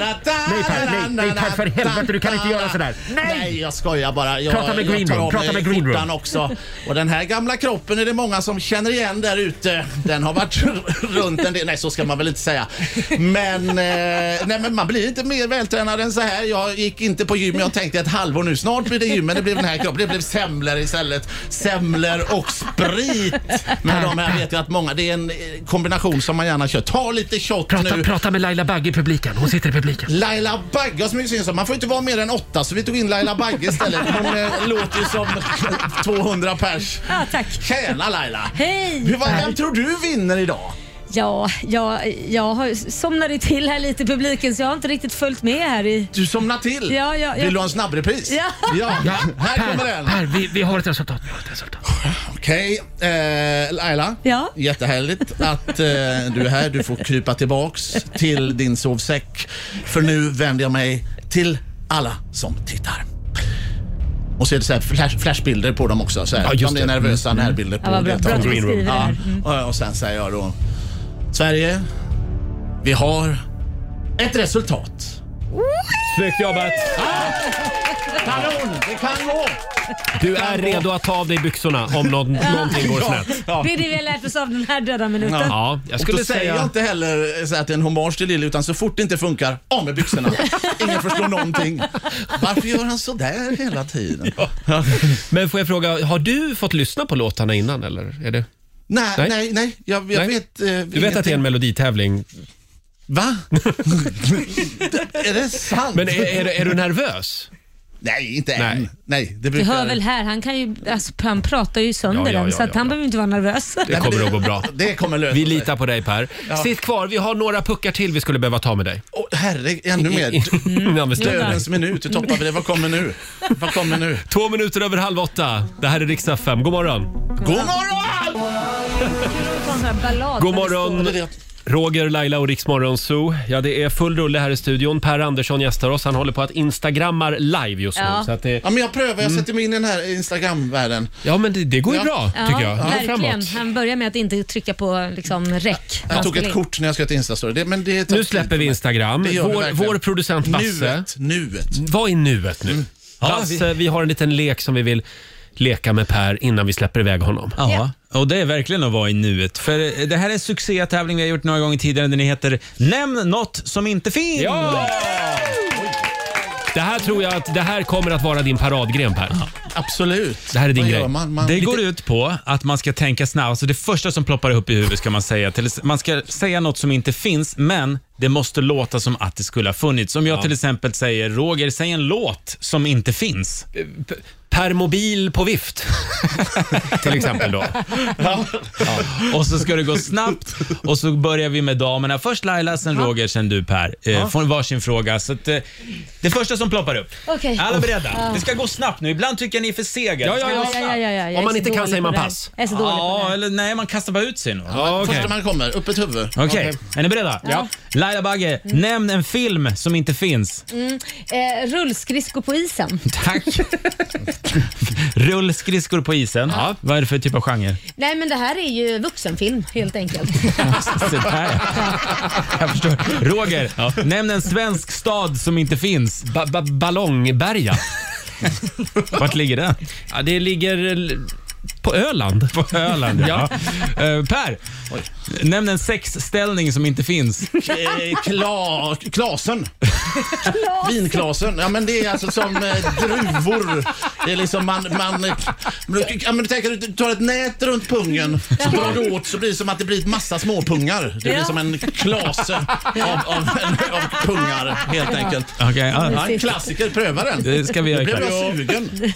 Per, för helvete, du kan inte göra sådär. Nej, jag skojar bara. Prata med Green Room. Också. Och den här gamla kroppen är det många som känner igen där ute. Den har varit runt en del. Nej, så ska man väl inte säga. Men man blir inte mer vältränad än så här. Jag gick inte på gym. Jag tänkte ett halvår nu. Snart blir det gym, men det blev den här kroppen. Det blev semlor istället. Semlor och sprit. Men de här vet jag att många, det är en kombination som man gärna kör. Ta lite shot nu. Prata med Laila Bagge i publiken. Hon sitter i publiken. Laila Bagge, som mycket syns, man får inte vara mer än 8, så vi tog in Laila Bagge istället. Hon låter ju som 200 pers. Ja, tack. Tjena Laila. Hej. Vem tror du vinner idag? Ja, jag har somnat till här lite i publiken, så jag har inte riktigt följt med här i... Du somnar till? Ja. Vill du ha en snabbrepris? Ja. Här kommer den. Här, vi har ett resultat. Okej, Laila. Ja. Jättehärligt att du är här. Du får krypa tillbaks till din sovsäck. För nu vänder jag mig till alla som tittar. Och så är det så här flashbilder på dem också. Så här. De är nervösa närbilder på Green Room. Och sen säger jag då: Sverige, vi har ett resultat. Snyggt jobbat. Kanon, det kan gå. Du är redo att ta av dig byxorna om någonting går snett. Det är det vi har lärt oss av den här döda minuten. Ja, jag skulle säga jag inte heller så att det är en hommage till Lill, utan så fort det inte funkar, av med byxorna. Ingen förstår någonting. Varför gör han så där hela tiden? Ja. Men får jag fråga, har du fått lyssna på låtarna innan eller är det? Nej. Jag vet du vet att det är en meloditävling. Va? Är det sant? Men är du nervös? Nej, inte än. Nej, det brukar... Du hör väl här, han pratar ju sönder den, så att han behöver inte vara nervös. Det kommer att gå bra. Det kommer lösa Vi litar på dig, Per. Ja. Sitt kvar, vi har några puckar till vi skulle behöva ta med dig. Herre, ännu mer. Dödens minut, toppar vi det. Vad kommer nu? 2 minuter över 7:30. Det här är Rix FM. God morgon. God morgon! God morgon. Roger, Laila och Rix Morgon Zoo. Ja, det är full rulle här i studion. Per Andersson gästar oss. Han håller på att instagrammar live just nu. Så att det... Ja, men jag prövar. Jag sätter mig in i den här Instagram-världen. Ja, men det går ju bra, tycker jag. Verkligen. Han börjar med att inte trycka på räck. Jag tog ett kort när jag ska till Instastory. Nu släpper vi Instagram. Vår producent Basse. Nuet. Vad är nuet nu? Basse, vi har en liten lek som vi vill leka med Per innan vi släpper iväg honom. Ja, och det är verkligen att vara i nuet. För det här är en succétävling vi har gjort några gånger tidigare. Den heter Nämn något som inte finns. Ja! Det här tror jag att det här kommer att vara din paradgren, Per. Absolut. Det här är din grej. Det går ut på att man ska tänka snabbt. Alltså det första som ploppar upp i huvudet ska man säga. Man ska säga något som inte finns, men det måste låta som att det skulle ha funnits. Om jag till exempel säger, Roger, säg en låt som inte finns. permobil på vift. Till exempel då. Ja. Och så ska det gå snabbt och så börjar vi med damerna. Först Laila, sen Roger, sen du Per. Får varsin fråga. Så att, det första som ploppar upp. Okay. Alla beredda? Det ska gå snabbt nu. Ibland tycker jag ni är för sega. Ja. Om man inte kan säger man pass. Jag är så dålig på det. Eller nej, man kastar bara ut sig nu. Första man kommer, upp ett huvud. Okej. Är ni beredda? Ja. Laila Bagge, nämn en film som inte finns. Rullskridskor på isen. Tack. Rullskridskor på isen. Ja. Vad är det för typ av genre? Nej, men det här är ju vuxenfilm helt enkelt. Så där. Jag förstår. Roger, nämn en svensk stad som inte finns. Ballongberga. Vart ligger det? Ja, det ligger på Öland. På Öland, ja. Per, nämn en sexställning som inte finns. Klasen. Vinklasen. Ja, men det är alltså som druvor. Det är liksom du tänker du tar ett nät runt pungen så drar du åt så blir det som att det blir ett massa småpungar. Det blir som en klase av pungar helt enkelt. Okay, klassiker, pröva den. Det ska vi göra. Det blir sugen.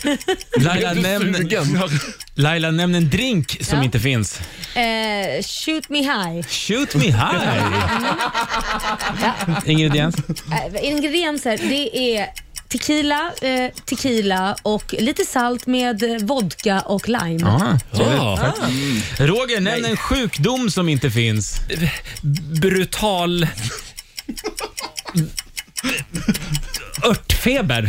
Laila, nämn en drink som inte finns. Shoot me high. Shoot me high. Ingredienser, det är tequila och lite salt med vodka och lime. Roger, nämn en sjukdom som inte finns. Brutal örtfeber.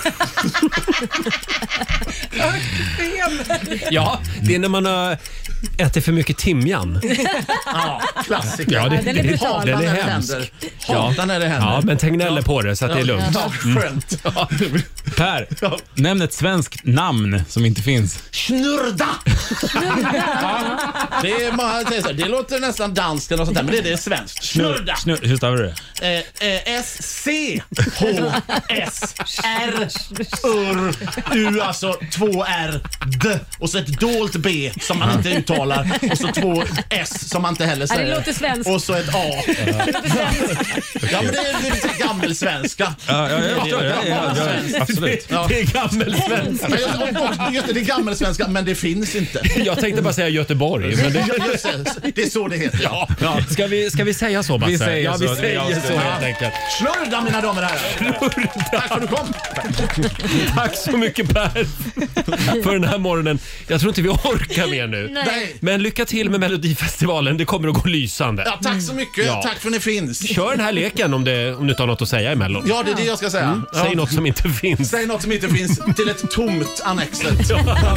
Ja, det är när man har ätit för mycket timjan. Ja, klassiker. Ja, det den är brutal. Den är hemsk. Hatan när det händer. Ja, men Tegnell är på det så att det är lugnt. Skönt. Per, nämn ett svenskt namn som inte finns. Snurda! Det låter nästan danskt eller något sånt där, men det är svenskt. Snurda! Hur stavar du det? S-C-H-S-R-U, alltså 2 R D och så ett dolt B som man inte uttalar och så 2 S som man inte heller säger. Det låter svenskt. Och så ett A. Ja, men det är lite gammelsvenska. Ja, absolut. Det är gammelsvenska. Det är gammelsvenska, men det finns inte. Jag tänkte bara säga Göteborg. Men det är så det heter. Ja. Ska vi säga så, Basse? Vi säger så helt enkelt. Snurda, mina damer och herrar. Tack för att du kom. Tack så mycket, Per, för den här morgonen. Jag tror inte vi orkar mer nu. Nej. Men lycka till med Melodifestivalen. Det kommer att gå lysande. Ja, tack så mycket. Ja. Tack för att ni finns. Kör den här leken om du inte har något att säga i Mellon. Ja, det är det jag ska säga. Säg något som inte finns. Säg något som inte finns till ett tomt annexet.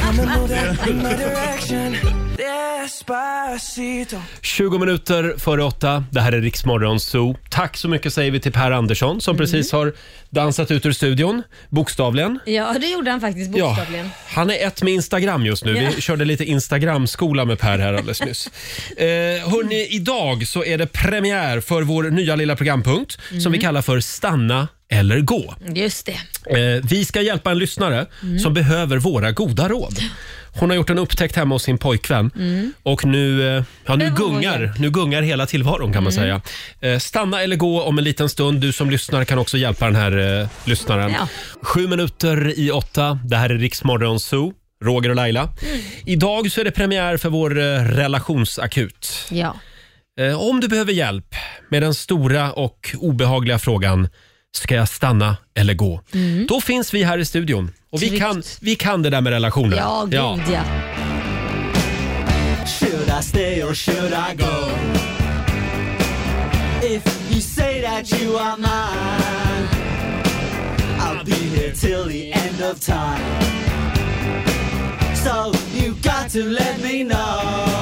20 minuter före 8. Det här är Rix Morgon Zoo. Tack så mycket säger vi till Per Andersson som precis har dansat ut ur studion. Bokstavligen. Ja, det gjorde han faktiskt bokstavligen. Ja, han är ett med Instagram just nu. Vi körde lite Instagram-skola med Per här alldeles nyss. Hörrni, idag så är det premiär för vår nya lilla programpunkt som vi kallar för Stanna eller gå. Just det. Vi ska hjälpa en lyssnare som behöver våra goda råd. Hon har gjort en upptäckt hemma hos sin pojkvän och nu gungar hela tillvaron kan man säga. Stanna eller gå om en liten stund. Du som lyssnar kan också hjälpa den här lyssnaren. 7 minuter i 8. Det här är Rix Morgon Zoo. Roger och Laila. Idag så är det premiär för vår relationsakut. Ja. Om du behöver hjälp med den stora och obehagliga frågan, ska jag stanna eller gå? Då finns vi här i studion. Och vi kan det där med relationer. Ja, gud ja. Should I stay or should I go? If you say that you are mine, I'll be here till the end of time. So you got to let me know.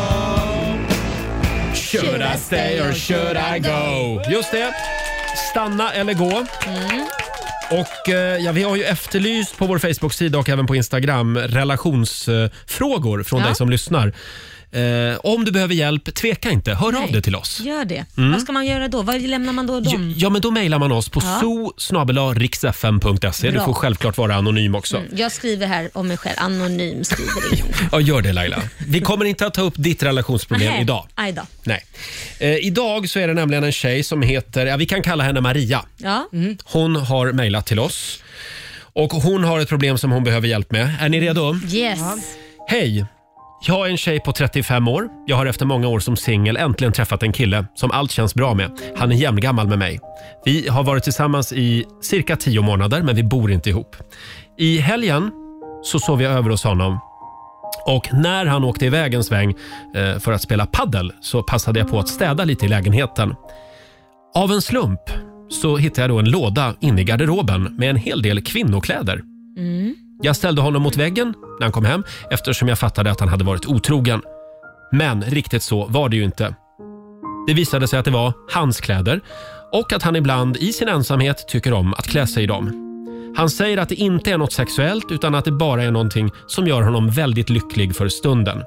Should I stay or should I go? Just det. Stanna eller gå. Och vi har ju efterlyst på vår Facebook-sida och även på Instagram relationsfrågor från dig som lyssnar. Om du behöver hjälp, tveka inte. Hör av dig till oss. Gör det. Vad ska man göra då? Vad lämnar man då dem? Ja, men då mejlar man oss på zoo@riksfm.se. Du får självklart vara anonym också. Jag skriver här om mig själv. Anonym skriver in. Ja, gör det Laila. Vi kommer inte att ta upp ditt relationsproblem idag. Aj då. Nej. Idag så är det nämligen en tjej som heter, vi kan kalla henne Maria. Ja. Hon har mejlat till oss. Och hon har ett problem som hon behöver hjälp med. Är ni redo? Yes. Hej! Jag är en tjej på 35 år. Jag har efter många år som singel äntligen träffat en kille som allt känns bra med. Han är jämngammal med mig. Vi har varit tillsammans i cirka 10 månader, men vi bor inte ihop. I helgen så sov jag över hos honom. Och när han åkte iväg en sväng för att spela paddel så passade jag på att städa lite i lägenheten. Av en slump så hittade jag då en låda inne i garderoben med en hel del kvinnokläder. Jag ställde honom mot väggen när han kom hem eftersom jag fattade att han hade varit otrogen. Men riktigt så var det ju inte. Det visade sig att det var hans kläder och att han ibland i sin ensamhet tycker om att klä sig i dem. Han säger att det inte är något sexuellt utan att det bara är någonting som gör honom väldigt lycklig för stunden.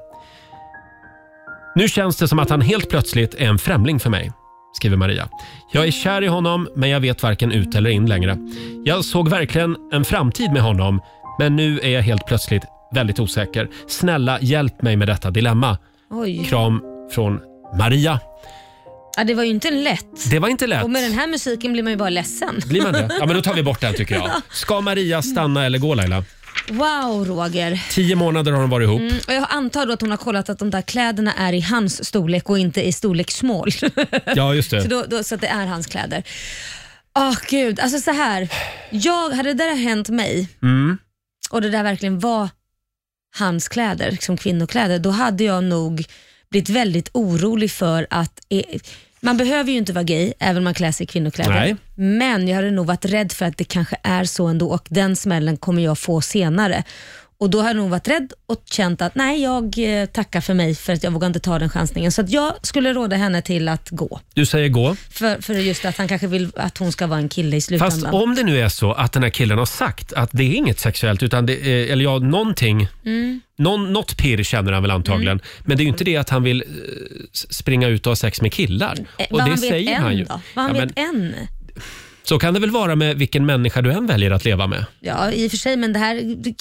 Nu känns det som att han helt plötsligt är en främling för mig, skriver Maria. Jag är kär i honom men jag vet varken ut eller in längre. Jag såg verkligen en framtid med honom men nu är jag helt plötsligt väldigt osäker. Snälla hjälp mig med detta dilemma. Oj. Kram från Maria. Ja, det var ju inte lätt. Det var inte lätt. Och med den här musiken blir man ju bara ledsen. Blir man det? Ja, men då tar vi bort den tycker jag. Ska Maria stanna eller gå, Laila? Wow, Roger. 10 månader har de varit ihop. Och jag antar då att hon har kollat att de där kläderna är i hans storlek och inte i storlek small. Ja, just det. Så att det är hans kläder. Gud, alltså så här. Hade det där hänt mig och det där verkligen var hans kläder, liksom kvinnokläder, då hade jag nog blivit väldigt orolig för att man behöver ju inte vara gay även om man klär sig i kvinnokläder. Nej. Men jag hade nog varit rädd för att det kanske är så ändå och den smällen kommer jag få senare. Och då har jag nog varit rädd och känt att nej, jag tackar för mig för att jag vågar inte ta den chansningen. Så att jag skulle råda henne till att gå. Du säger gå. För just att han kanske vill att hon ska vara en kille i slutändan. Fast om det nu är så att den här killen har sagt att det är inget sexuellt utan det är, eller ja, någonting. Något pirr känner han väl antagligen. Men det är ju inte det att han vill springa ut och ha sex med killar. Och det säger han ju. Vad han vet än. Så kan det väl vara med vilken människa du än väljer att leva med. Ja, i och för sig, men det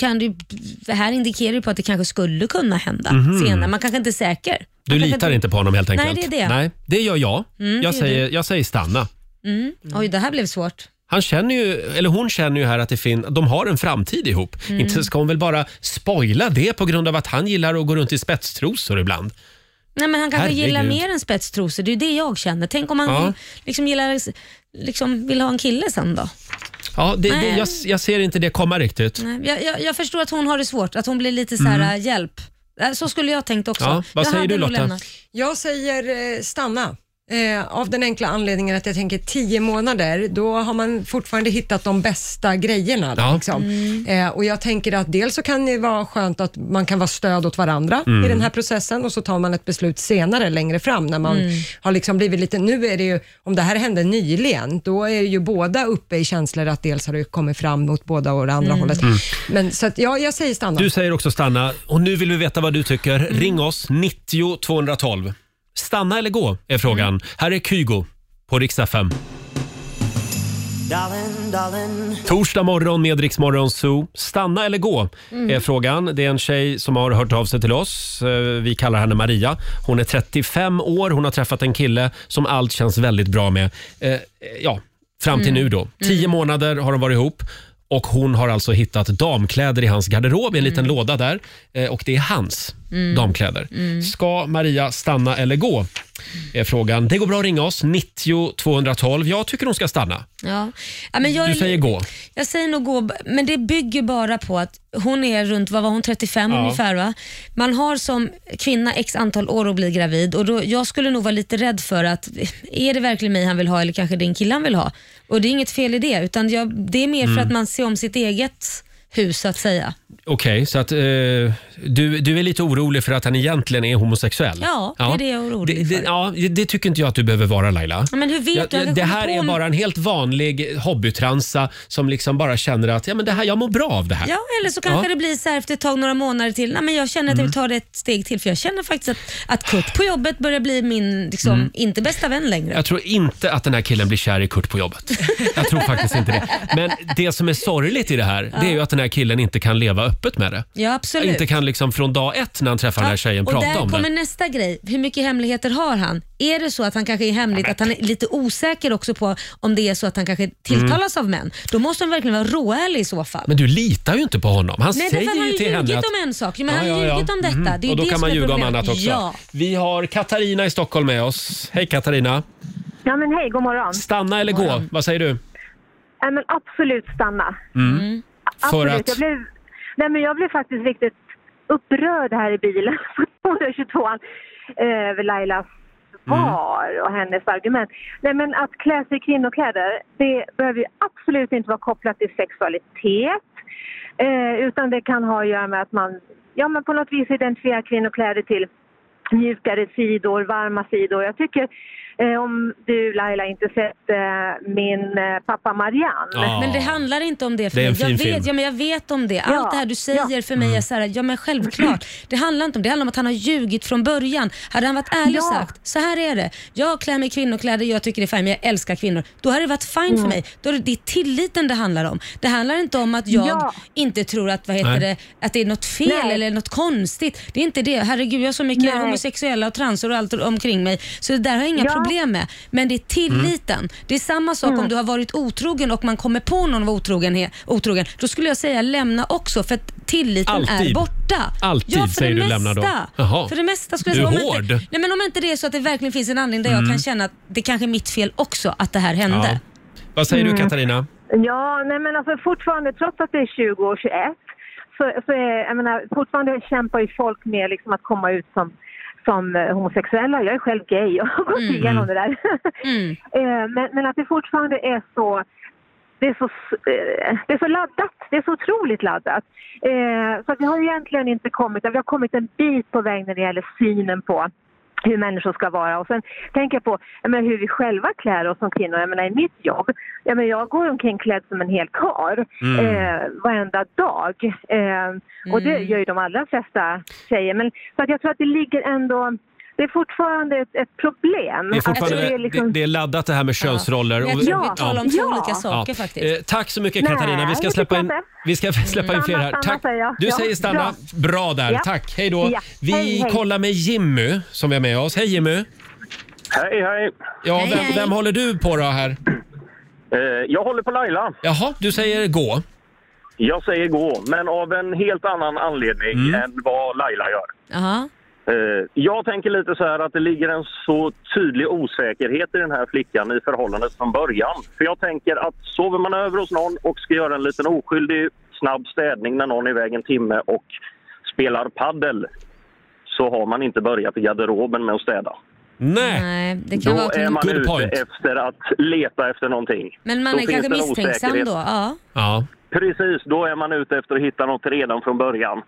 här indikerar ju på att det kanske skulle kunna hända senare. Man kanske inte är säker. Du litar inte på honom helt enkelt? Nej, det är det. Nej, det gör jag. Jag säger stanna. Oj, det här blev svårt. Hon känner ju här att de har en framtid ihop. Inte ska hon väl bara spoila det på grund av att han gillar att gå runt i spetstrosor ibland. Nej, men han kanske gillar mer än spetstrosor. Det är ju det jag känner. Tänk om han vill ha en kille sen då. Ja, jag ser inte det komma riktigt. Nej, jag förstår att hon har det svårt. Att hon blir lite så här hjälp. Så skulle jag tänkt också. Ja, vad säger du, Lotta? Jag säger stanna. Av den enkla anledningen att jag tänker 10 månader, då har man fortfarande hittat de bästa grejerna. Ja. Liksom. Och jag tänker att dels så kan det vara skönt att man kan vara stöd åt varandra i den här processen och så tar man ett beslut senare längre fram när man har liksom blivit lite, nu är det ju, om det här hände nyligen, då är ju båda uppe i känslor att dels har det kommit fram mot båda och det andra hållet. Men så att jag säger stanna. Du säger också stanna och nu vill vi veta vad du tycker. Ring oss 90 212. Stanna eller gå är frågan. Här är Kygo på Rix FM. Torsdag morgon med Rix Morgon Zoo. Stanna eller gå är frågan. Det är en tjej som har hört av sig till oss. Vi kallar henne Maria. Hon är 35 år. Hon har träffat en kille som allt känns väldigt bra med. Fram till nu då. 10 månader har de varit ihop. Och hon har alltså hittat damkläder i hans garderob i en liten låda där. Och det är hans damkläder. Ska Maria stanna eller gå? Är frågan. Det går bra att ringa oss. 90 212. Jag tycker hon ska stanna. Ja. Men du säger gå. Jag säger nog gå. Men det bygger bara på att hon är runt, vad var hon, 35 ungefär va? Man har som kvinna x antal år att bli gravid. Och då, jag skulle nog vara lite rädd för att är det verkligen mig han vill ha eller kanske din kille han vill ha? Och det är inget fel i det. Utan det är mer för att man ser om sitt eget hus så att säga. Okej, så att du är lite orolig för att han egentligen är homosexuell? Ja, det är det jag är orolig för. Det tycker inte jag att du behöver vara, Laila. Men hur vet du? Det här är bara en helt vanlig hobbytransa som liksom bara känner att det här, jag mår bra av det här. Ja, eller så kanske det blir så här efter ett tag, några månader till. Nej, men jag känner att jag vill ta det ett steg till, för jag känner faktiskt att Kurt på jobbet börjar bli min inte bästa vän längre. Jag tror inte att den här killen blir kär i Kurt på jobbet. Jag tror faktiskt inte det. Men det som är sorgligt i det här, det är ju att den den här killen inte kan leva öppet med det. Ja, absolut. Inte kan liksom från dag ett när han träffar den här tjejen prata om det. Och där kommer nästa grej. Hur mycket hemligheter har han? Är det så att han kanske är hemligt, att han är lite osäker också på om det är så att han kanske tilltalas av män? Då måste han verkligen vara råärlig i så fall. Men du litar ju inte på honom. Han säger ju till henne att... Han har ljugit om en sak. Men han har ljugit om detta. Det är och då det kan man ljuga om annat också. Ja. Vi har Katarina i Stockholm med oss. Hej Katarina. Ja men hej, god morgon. Stanna eller gå? Vad säger du? Ja, men absolut stanna. För absolut. att... Jag blev faktiskt riktigt upprörd här i bilen på 122an över Lailas svar och hennes argument. Nej, men att klä sig i kvinnokläder, det behöver ju absolut inte vara kopplat till sexualitet. Utan det kan ha att göra med att man på något vis identifierar kvinnokläder till mjukare sidor, varma sidor. Jag tycker om du Laila inte sett min pappa Marianne. Men det handlar inte om det för det mig. Jag vet om det. Allt det här du säger för mig är så här, ja men självklart. Det handlar inte om det. Det handlar om att han har ljugit från början. Hade han varit ärlig och sagt, så här är det. Jag klär mig i kvinnokläder, jag tycker det är fint, men jag älskar kvinnor. Då hade det varit fint för mig. Då är det tilliten det handlar om. Det handlar inte om att jag inte tror att, att det är något fel eller något konstigt. Det är inte det. Herregud, jag har så mycket homosexuella och transer och allt omkring mig. Så det där har jag inga problem med. Men det är tilliten. Det är samma sak om du har varit otrogen och man kommer på någon var otrogen. Då skulle jag säga lämna också, för att tilliten är borta. Alltid säger du lämna då. För det mesta skulle jag säga. Hård. Nej, men om inte det är så att det verkligen finns en anledning där jag kan känna att det kanske är mitt fel också att det här hände. Ja. Vad säger du Katarina? Ja, nej men alltså fortfarande, trots att det är 20 och 21 så är, jag menar, fortfarande kämpar ju folk med liksom att komma ut som homosexuella. Jag är själv gay och har gått igenom det där. Men att det fortfarande är så det är så laddat. Det är så otroligt laddat. Så att vi har egentligen inte kommit, vi har kommit en bit på väg när det gäller synen på hur människor ska vara. Och sen tänker jag på hur vi själva klär oss som kvinnor. Jag menar, i mitt jobb, jag går omkring klädd som en hel kar varenda dag. Och det gör ju de allra flesta tjejer. Men så att jag tror att det ligger ändå... Det är fortfarande ett problem. Det är fortfarande det är laddat det här med könsroller. Jag tror vi talar om två olika saker faktiskt. Tack så mycket Katarina. Vi ska släppa in fler här. Tack. Du säger stanna. Bra där. Ja. Tack. Hej då. Ja. Vi kollar med Jimmy som vi har med oss. Hej Jimmy. Hej. Ja, vem håller du på då här? Jag håller på Laila. Jaha, du säger gå. Jag säger gå, men av en helt annan anledning än vad Laila gör. Jaha. Jag tänker lite så här att det ligger en så tydlig osäkerhet i den här flickan i förhållandet från början. För jag tänker att sover man över hos någon och ska göra en liten oskyldig snabb städning när någon är iväg en timme och spelar paddel, så har man inte börjat i garderoben med att städa. Nej, det kan då vara är man ute efter att leta efter någonting. Men man är kanske misstänksam då, ja. Precis, då är man ute efter att hitta något redan från början.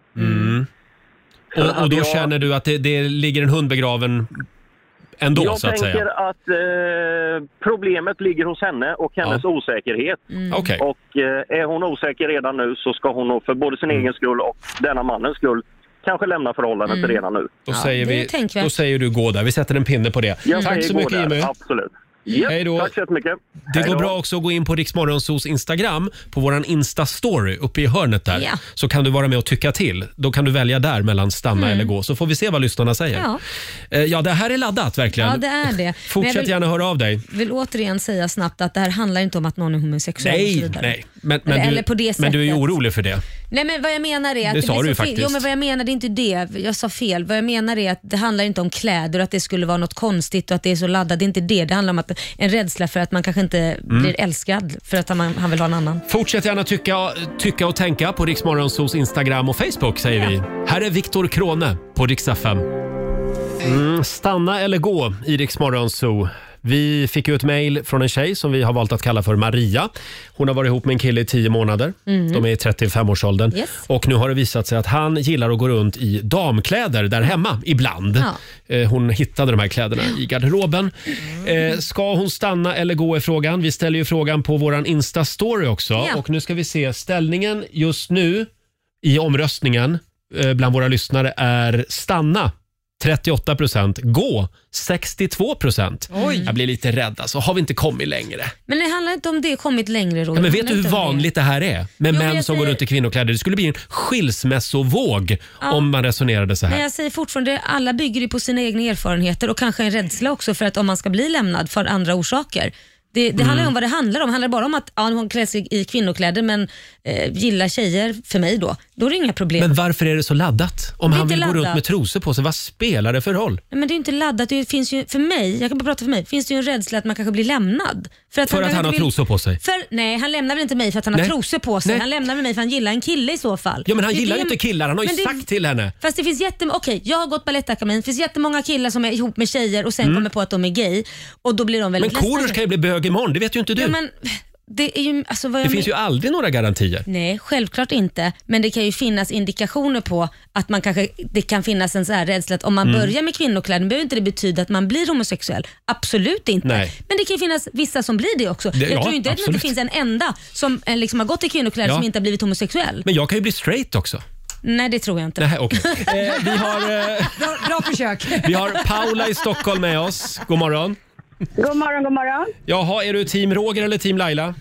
Och då känner du att det ligger en hund begraven ändå, så att säga? Jag tänker att problemet ligger hos henne och hennes osäkerhet. Okay. Och är hon osäker redan nu så ska hon nog för både sin egen skull och denna mannens skull kanske lämna förhållandet redan nu. Då säger du gå där. Vi sätter en pinne på det. Tack så mycket Jimmy. Absolut. Hej då. Tack så mycket. Det går bra också att gå in på Rix Morgonzos Instagram på våran Insta-story uppe i hörnet där. Ja. Så kan du vara med och tycka till. Då kan du välja där mellan stanna eller gå. Så får vi se vad lyssnarna säger. Ja, det här är laddat verkligen. Ja, det är det. Fortsätt gärna höra av dig. Vill återigen säga snabbt att det här handlar inte om att någon är homosexuell. Nej. Men du är ju orolig för det. Nej, men vad jag menar är att det sa du faktiskt. Jo, men vad jag menar det är inte det. Jag sa fel. Vad jag menar är att det handlar inte om kläder och att det skulle vara något konstigt och att det är så laddat. Det är inte det. Det handlar om att en rädsla för att man kanske inte blir älskad för att han vill ha en annan. Fortsätt gärna tycka och tänka på Rix Morgonzos Instagram och Facebook, säger vi. Här är Viktor Krone på Rix FM. Stanna eller gå i Rix Morgonzo. Vi fick ju ett mejl från en tjej som vi har valt att kalla för Maria. Hon har varit ihop med en kille i 10 månader. De är i 35-årsåldern. Yes. Och nu har det visat sig att han gillar att gå runt i damkläder där hemma ibland. Hon hittade de här kläderna i garderoben. Ska hon stanna eller gå i frågan? Vi ställer ju frågan på våran Insta-story också. Och nu ska vi se ställningen just nu i omröstningen bland våra lyssnare är stanna. 38%. Gå 62%. Oj. Jag blir lite rädd alltså. Har vi inte kommit längre? Men det handlar inte om det kommit längre, Roger. Ja, men vet du hur vanligt det här är? Med män som går runt i kvinnokläder. Det skulle bli en skilsmässovåg om man resonerade så här. Men jag säger fortfarande, alla bygger ju på sina egna erfarenheter och kanske en rädsla också för att om man ska bli lämnad för andra orsaker. Det handlar om vad det handlar om. Det handlar bara om att hon klär sig i kvinnokläder men gillar tjejer för mig då. Då är det inga problem. Men varför är det så laddat? Om han vill gå runt med trosor på sig, vad spelar det för roll? Men det är inte laddat. Det finns ju, för mig, jag kan bara prata för mig, finns det ju en rädsla att man kanske blir lämnad. För att han har trosor på sig? Nej, han lämnar väl inte mig för att han har trosor på sig. Han lämnar mig för att han gillar en kille i så fall. Ja, men han gillar ju inte killar. Han har ju sagt till henne. Fast det finns jag har gått Balettakademin. Det finns jättemånga killar som är ihop med tjejer och sen kommer på att de är gay. Och då blir de väldigt ledsna. Men Korosh kan ju bli bög imorgon, det vet ju inte du. Ja, men det är ju, alltså det finns ju aldrig några garantier. Nej, självklart inte. Men det kan ju finnas indikationer på att det kan finnas en så här rädsla att om man börjar med kvinnokläder behöver inte det betyda att man blir homosexuell. Absolut inte. Nej. Men det kan ju finnas vissa som blir det också. Jag tror inte att det finns en enda som liksom har gått i kvinnokläder som inte har blivit homosexuell. Men jag kan ju bli straight också. Nej, det tror jag inte. Nej, okay. Vi har bra försök. Vi har Paula i Stockholm med oss. God morgon. God morgon, god morgon. Jaha, är du team Roger eller team Laila?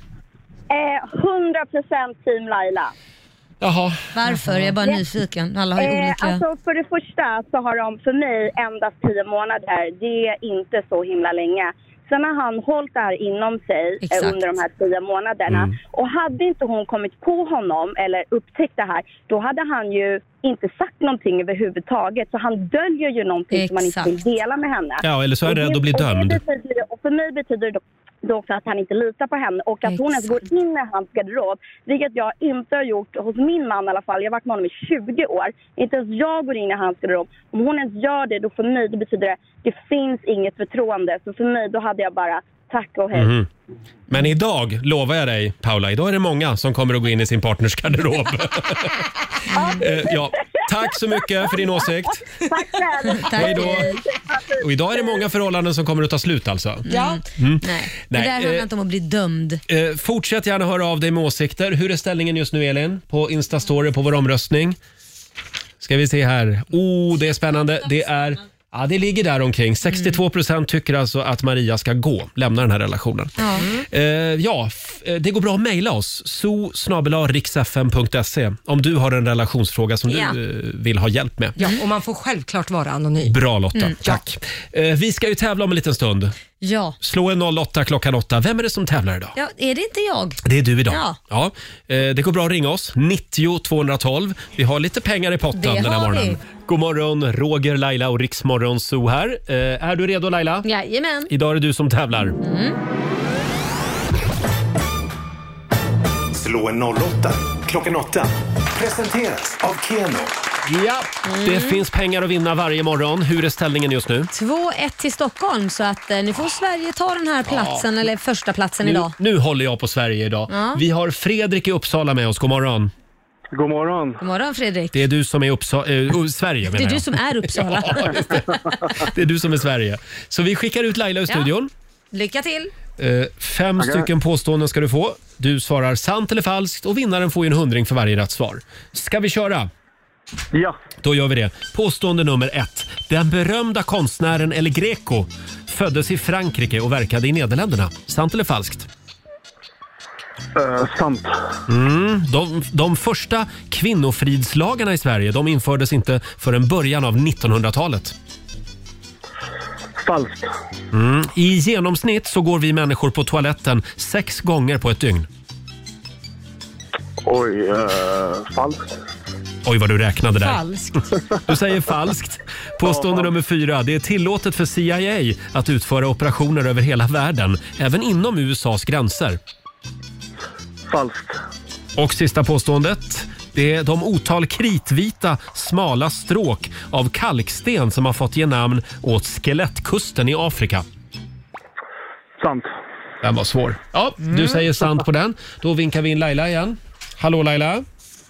100% team Laila. Jaha. Varför? Jag är bara nyfiken. Alla har ju olika... Alltså för det första så har de för mig endast 10 månader. Det är inte så himla länge. Sen har han hållit det här inom sig under de här 10 månaderna. Och hade inte hon kommit på honom eller upptäckt det här, då hade han ju inte sagt någonting överhuvudtaget. Så han döljer ju någonting som man inte vill dela med henne. Ja, eller så är det att bli dömd. Och för mig betyder det då också att han inte litar på henne och att hon ens går in i hans garderob, vilket jag inte har gjort hos min man i alla fall. Jag har varit med honom i 20 år. Inte ens jag går in i hans garderob. Om hon ens gör det, då för mig det betyder det finns inget förtroende. Så för mig då hade jag bara tack och hej. Men idag, lovar jag dig Paula, idag är det många som kommer att gå in i sin partners garderob. Ja, tack så mycket för din åsikt. Tack själv. Hej då. Och idag är det många förhållanden som kommer att ta slut alltså. Ja. Nej. Det där handlar inte om att bli dömd. Fortsätt gärna höra av dig med åsikter. Hur är ställningen just nu, Elin? På Instastory på vår omröstning. Ska vi se här. Det är spännande. Det ligger där omkring. 62% tycker alltså att Maria ska lämna den här relationen. Det går bra att mejla oss. so@riksfm.se om du har en relationsfråga som du vill ha hjälp med. Ja, och man får självklart vara anonym. Bra Lotta, tack. Vi ska ju tävla om en liten stund. Ja. Slå en 08 klockan 8. Vem är det som tävlar idag? Ja, är det inte jag? Det är du idag. Ja. Det går bra att ringa oss. 90 212. Vi har lite pengar i potten den här morgonen. God morgon, Roger, Laila och Riksmorgon Zoo här. Är du redo Laila? Jajamän. Idag är det du som tävlar. Slå en 08 klockan 8. Presenteras av Keno. Ja, det finns pengar att vinna varje morgon. Hur är ställningen just nu? 2-1 till Stockholm, så att nu får Sverige ta den här platsen, eller första platsen idag. Nu håller jag på Sverige idag. Ja. Vi har Fredrik i Uppsala med oss. God morgon. God morgon. God morgon Fredrik. Det är du som är Sverige menar jag. Det är du som är Uppsala. Det är du som är Sverige. Så vi skickar ut Laila i studion. Lycka till. 5 stycken påståenden ska du få. Du svarar sant eller falskt och vinnaren får ju en 100 för varje rätt svar. Ska vi köra? Ja. Då gör vi det. Påstående nummer 1. Den berömda konstnären El Greco föddes i Frankrike och verkade i Nederländerna. Sant eller falskt? Sant. De första kvinnofridslagarna i Sverige, de infördes inte förrän början av 1900-talet. Falskt. I genomsnitt så går vi människor på toaletten 6 gånger på ett dygn. Oj, falskt. Oj vad du räknade där. Falskt. Du säger falskt. Påstående nummer 4. Det är tillåtet för CIA att utföra operationer över hela världen, även inom USAs gränser. Falskt. Och sista påståendet. Det är de otal kritvita smala stråk av kalksten som har fått ge namn åt skelettkusten i Afrika. Sant. Den var svår. Ja, du säger sant på den. Då vinkar vi in Laila igen. Hallå Laila.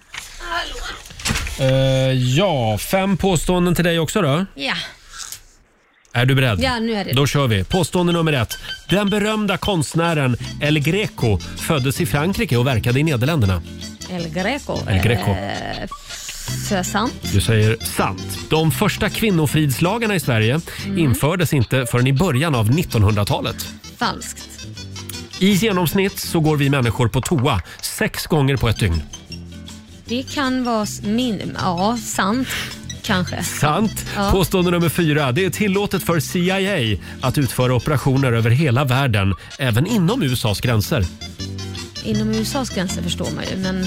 Hallå. 5 påståenden till dig också då. Ja. Är du beredd? Ja, nu är det. Då kör vi. Påstående nummer 1. Den berömda konstnären El Greco föddes i Frankrike och verkade i Nederländerna. El Greco. El Greco. Så är sant. Du säger sant. De första kvinnofridslagarna i Sverige infördes inte förrän i början av 1900-talet. Falskt. I genomsnitt så går vi människor på toa 6 gånger på ett dygn. Det kan vara sant. Kanske. Sant. Ja. Påstående nummer 4. Det är tillåtet för CIA att utföra operationer över hela världen, även inom USAs gränser. Inom USAs gränser förstår man ju, men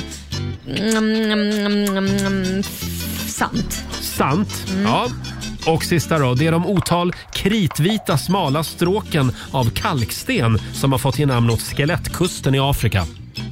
sant. Sant. Ja. Och sista då, det är de otal kritvita smala stråken av kalksten som har fått ge namn åt Skelettkusten i Afrika.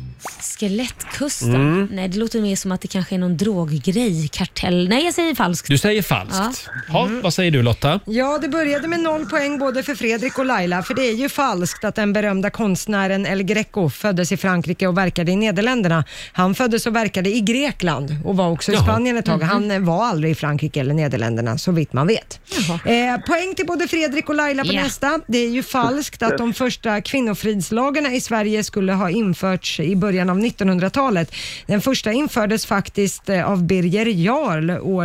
Skelettkusten? Nej, det låter mer som att det kanske är någon droggrej, kartell. Nej, jag säger falskt. Du säger falskt. Ja. Vad säger du, Lotta? Ja, det började med 0 poäng både för Fredrik och Laila, för det är ju falskt att den berömda konstnären El Greco föddes i Frankrike och verkade i Nederländerna. Han föddes och verkade i Grekland och var också i Spanien ett tag. Han var aldrig i Frankrike eller Nederländerna, så vitt man vet. Poäng till både Fredrik och Laila på nästa. Det är ju falskt att de första kvinnofridslagarna i Sverige skulle ha införts i början av 1900-talet. Den första infördes faktiskt av Birger Jarl år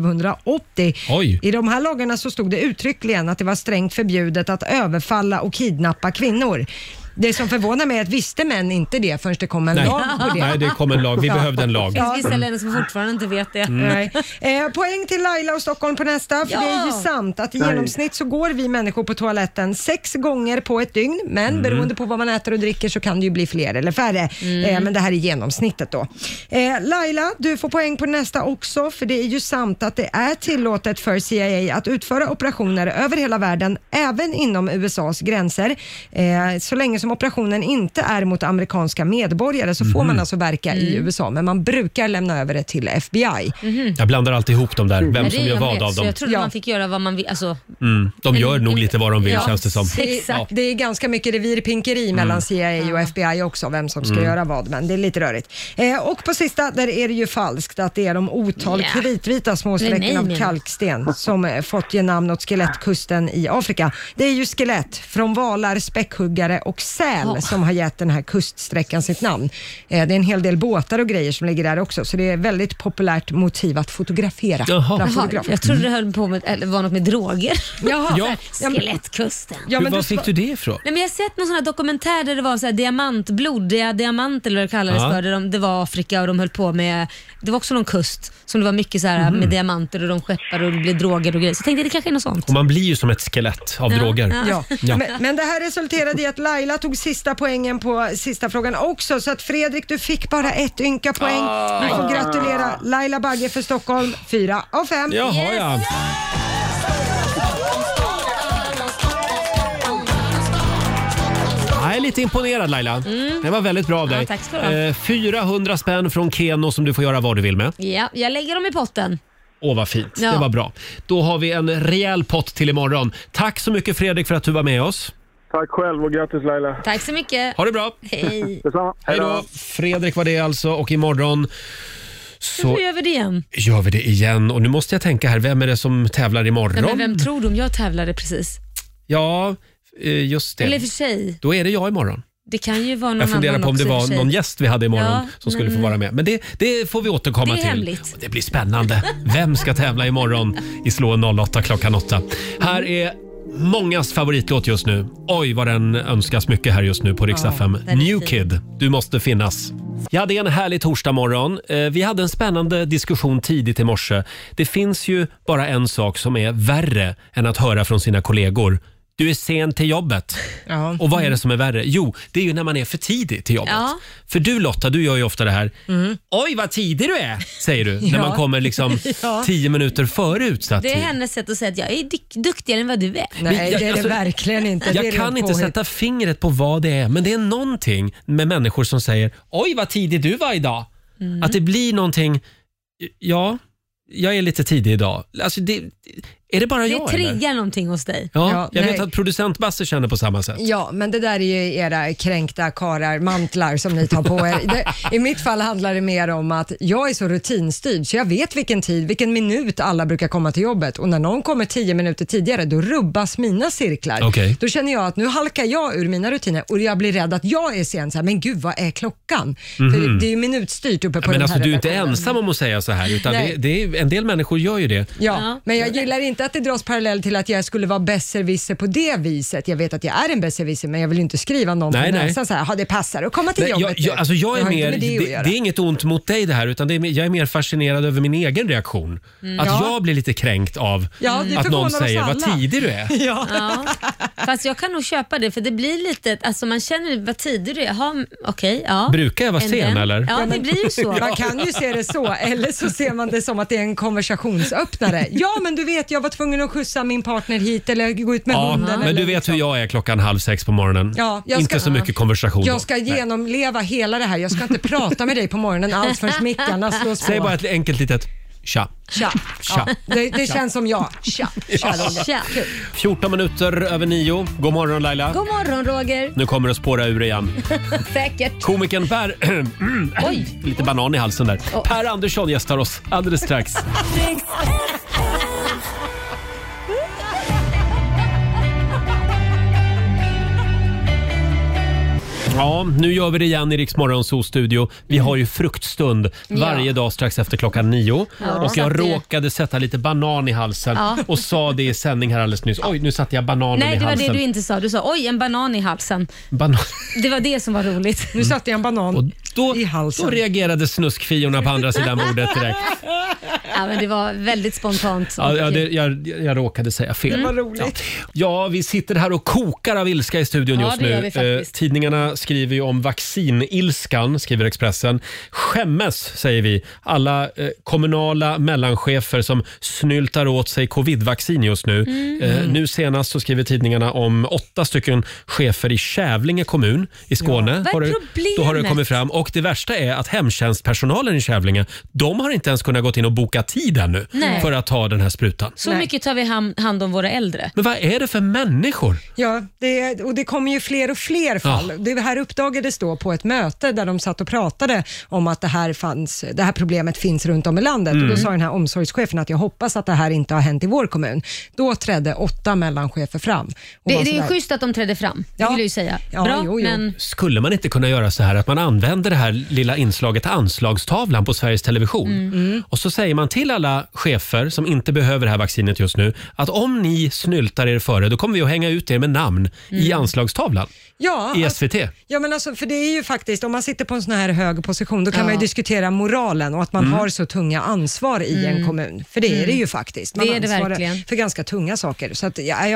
1280. Oj. I de här lagarna så stod det uttryckligen att det var strängt förbjudet att överfalla och kidnappa kvinnor. Det som förvånar mig är att visste män inte det förrän det kom en lag på det. Nej, det kom en lag. Vi behövde en lag. Det finns vissa länder som fortfarande inte vet det. Nej. Poäng till Laila och Stockholm på nästa. För det är ju sant att i genomsnitt så går vi människor på toaletten 6 gånger på ett dygn. Men beroende på vad man äter och dricker så kan det ju bli fler eller färre. Men det här är genomsnittet då. Laila, du får poäng på nästa också. För det är ju sant att det är tillåtet för CIA att utföra operationer över hela världen, även inom USAs gränser. Så länge som operationen inte är mot amerikanska medborgare så får man alltså verka i USA, men man brukar lämna över det till FBI. Jag blandar alltid ihop dem där, vem som gör vad av dem. Jag trodde man fick göra vad man vill. Alltså, de gör nog lite vad de vill, känns det som. Exakt. Det är ganska mycket revirpinkeri mellan CIA och FBI också, vem som ska göra vad, men det är lite rörigt. Och på sista, där är det ju falskt att det är de otal kritvita små strecken av kalksten som fått ge namn åt Skelettkusten i Afrika. Det är ju skelett från valar, späckhuggare och säl som har gett den här kuststräckan sitt namn. Det är en hel del båtar och grejer som ligger där också, så det är väldigt populärt motiv att fotografera. Jag trodde det höll på med, eller var något med droger. Skelettkusten. Var fick du det ifrån? Nej, men jag har sett någon sån här dokumentär där det var så här diamantblodiga diamant eller vad det kallades för. Det var Afrika och de höll på med, det var också någon kust som det var mycket så här med diamanter och de skeppar och det blev droger och grejer. Så jag tänkte det kanske är något sånt. Och man blir ju som ett skelett av droger. Ja. Men det här resulterade i att Laila tog sista poängen på sista frågan också, så att Fredrik, du fick bara 1 ynka poäng. Vi får gratulera Laila Bagge för Stockholm, 4 av 5. Jaha, ja. Jag är lite imponerad, Laila. Det var väldigt bra av dig. Tack ska du ha. 400 spänn från Keno som du får göra vad du vill med. Ja, jag lägger dem i potten. Vad fint. Det var bra. Då har vi en rejäl pott till imorgon. Tack så mycket, Fredrik, för att du var med oss. Tack själv och grattis, Laila. Tack så mycket. Ha det bra. Hej. Detsamma. Hej då. Fredrik var det alltså, och imorgon så gör vi det igen. Gör vi det igen. Och nu måste jag tänka här, vem är det som tävlar imorgon? Ja, men vem tror du om jag tävlade precis? Ja, just det. Eller för sig. Då är det jag imorgon. Det kan ju vara någon jag funderar annan på om det var någon gäst vi hade imorgon som skulle få vara med. Men det får vi återkomma till. Hemligt. Det blir spännande. Vem ska tävla imorgon i Slå 08 klockan 8? Här är mångas favoritlåt just nu. Oj, vad den önskas mycket här just nu på Rix FM. New Kid, du måste finnas. Ja, det är en härlig torsdagmorgon. Vi hade en spännande diskussion tidigt i morse. Det finns ju bara en sak som är värre än att höra från sina kollegor. Du är sen till jobbet. Ja. Och vad är det som är värre? Jo, det är ju när man är för tidig till jobbet. Ja. För du, Lotta, du gör ju ofta det här. Oj, vad tidig du är, säger du. När man kommer liksom 10 minuter före utsatt tid. Det är hennes sätt att säga att jag är duktigare än vad du är. Nej, det är det verkligen inte. Jag kan inte sätta fingret på vad det är, men det är någonting med människor som säger oj, vad tidig du var idag. Att det blir någonting, ja, jag är lite tidig idag. Alltså Är det bara jag? Det triggar någonting hos dig. Ja, jag vet att producent Basse känner på samma sätt. Ja, men det där är ju era kränkta karar, mantlar som ni tar på er. I mitt fall handlar det mer om att jag är så rutinstyrd så jag vet vilken minut alla brukar komma till jobbet, och när någon kommer 10 minuter tidigare då rubbas mina cirklar. Okay. Då känner jag att nu halkar jag ur mina rutiner och jag blir rädd att jag är sen så här, men gud vad är klockan? För det är ju minutstyrt uppe på men den alltså, här du är inte redaktionen. ensam om att säga så här, utan en del människor gör ju det. Ja, men jag gillar inte att det dras parallell till att jag skulle vara besserwisser på det viset. Jag vet att jag är en besserwisser, men jag vill inte skriva någon på näsan så här, det passar och komma till jobbet. Jag är mer, det är inget ont mot dig det här, utan jag är mer fascinerad över min egen reaktion. Att jag blir lite kränkt av att någon säger vad tidig du är. Ja. Fast jag kan nog köpa det, för det blir lite, alltså man känner vad tidig du är. Okej, ja. Brukar jag vara sen eller? Ja, det blir ju så. Man kan ju se det så, eller så ser man det som att det är en konversationsöppnare. Ja, men du vet, jag var tvungen att skjutsa min partner hit eller gå ut med hunden. Men du vet hur jag är 5:30 på morgonen. Ja, inte så mycket konversation. Jag ska genomleva hela det här. Jag ska inte prata med dig på morgonen alls förrän mickarna slås på. Säg bara ett enkelt litet tja. Tja. Ja, det känns som jag. Tja. 14 minuter över 9. God morgon Laila. God morgon Roger. Nu kommer det att spåra ur igen. Säkert. Komikern Per... Oj. Lite banan i halsen där. Per Andersson gästar oss alldeles strax. Ja, nu gör vi det igen i Rix Morgonzoo studio. Vi har ju fruktstund varje dag strax efter 9:00. Och jag råkade sätta lite banan i halsen och sa det i sändning här alldeles nyss. Oj, nu satte jag bananen i halsen. Nej, det var det du inte sa. Du sa, oj, en banan i halsen. Det var det som var roligt. Nu satte jag en banan i halsen. Då reagerade snuskfiorna på andra sidan bordet direkt. Ja, men det var väldigt spontant. Jag råkade säga fel. Vad roligt. Ja, vi sitter här och kokar av ilska i studion just det gör nu. vi faktiskt. Tidningarna skriver ju om vaccinilskan, skriver Expressen. Skämmes, säger vi. Alla kommunala mellanchefer som snyltar åt sig covidvaccin just nu. Nu senast så skriver tidningarna om 8 stycken chefer i Kävlinge kommun i Skåne. Vad är problemet? Då har det kommit fram. Och det värsta är att hemtjänstpersonalen i Kävlinge, de har inte ens kunnat gå in och boka tid ännu för att ta den här sprutan. Så mycket tar vi hand om våra äldre. Men vad är det för människor? Ja, det kommer ju fler och fler fall. Det här uppdagades då på ett möte där de satt och pratade om att det här problemet finns runt om i landet. Och då sa den här omsorgschefen att jag hoppas att det här inte har hänt i vår kommun. Då trädde 8 mellanchefer fram. Det är ju schysst att de trädde fram, det vill jag ju säga. Bra, men... Skulle man inte kunna göra så här att man använder det här lilla inslaget anslagstavlan på Sveriges Television och så säger man till alla chefer som inte behöver det här vaccinet just nu att om ni snyltar er före, då kommer vi att hänga ut er med namn i anslagstavlan i SVT. Ja, men alltså, för det är ju faktiskt, om man sitter på en sån här hög position, då kan man ju diskutera moralen och att man har så tunga ansvar i en kommun. För det är det ju faktiskt. Man det är det verkligen. För ganska tunga saker. Så att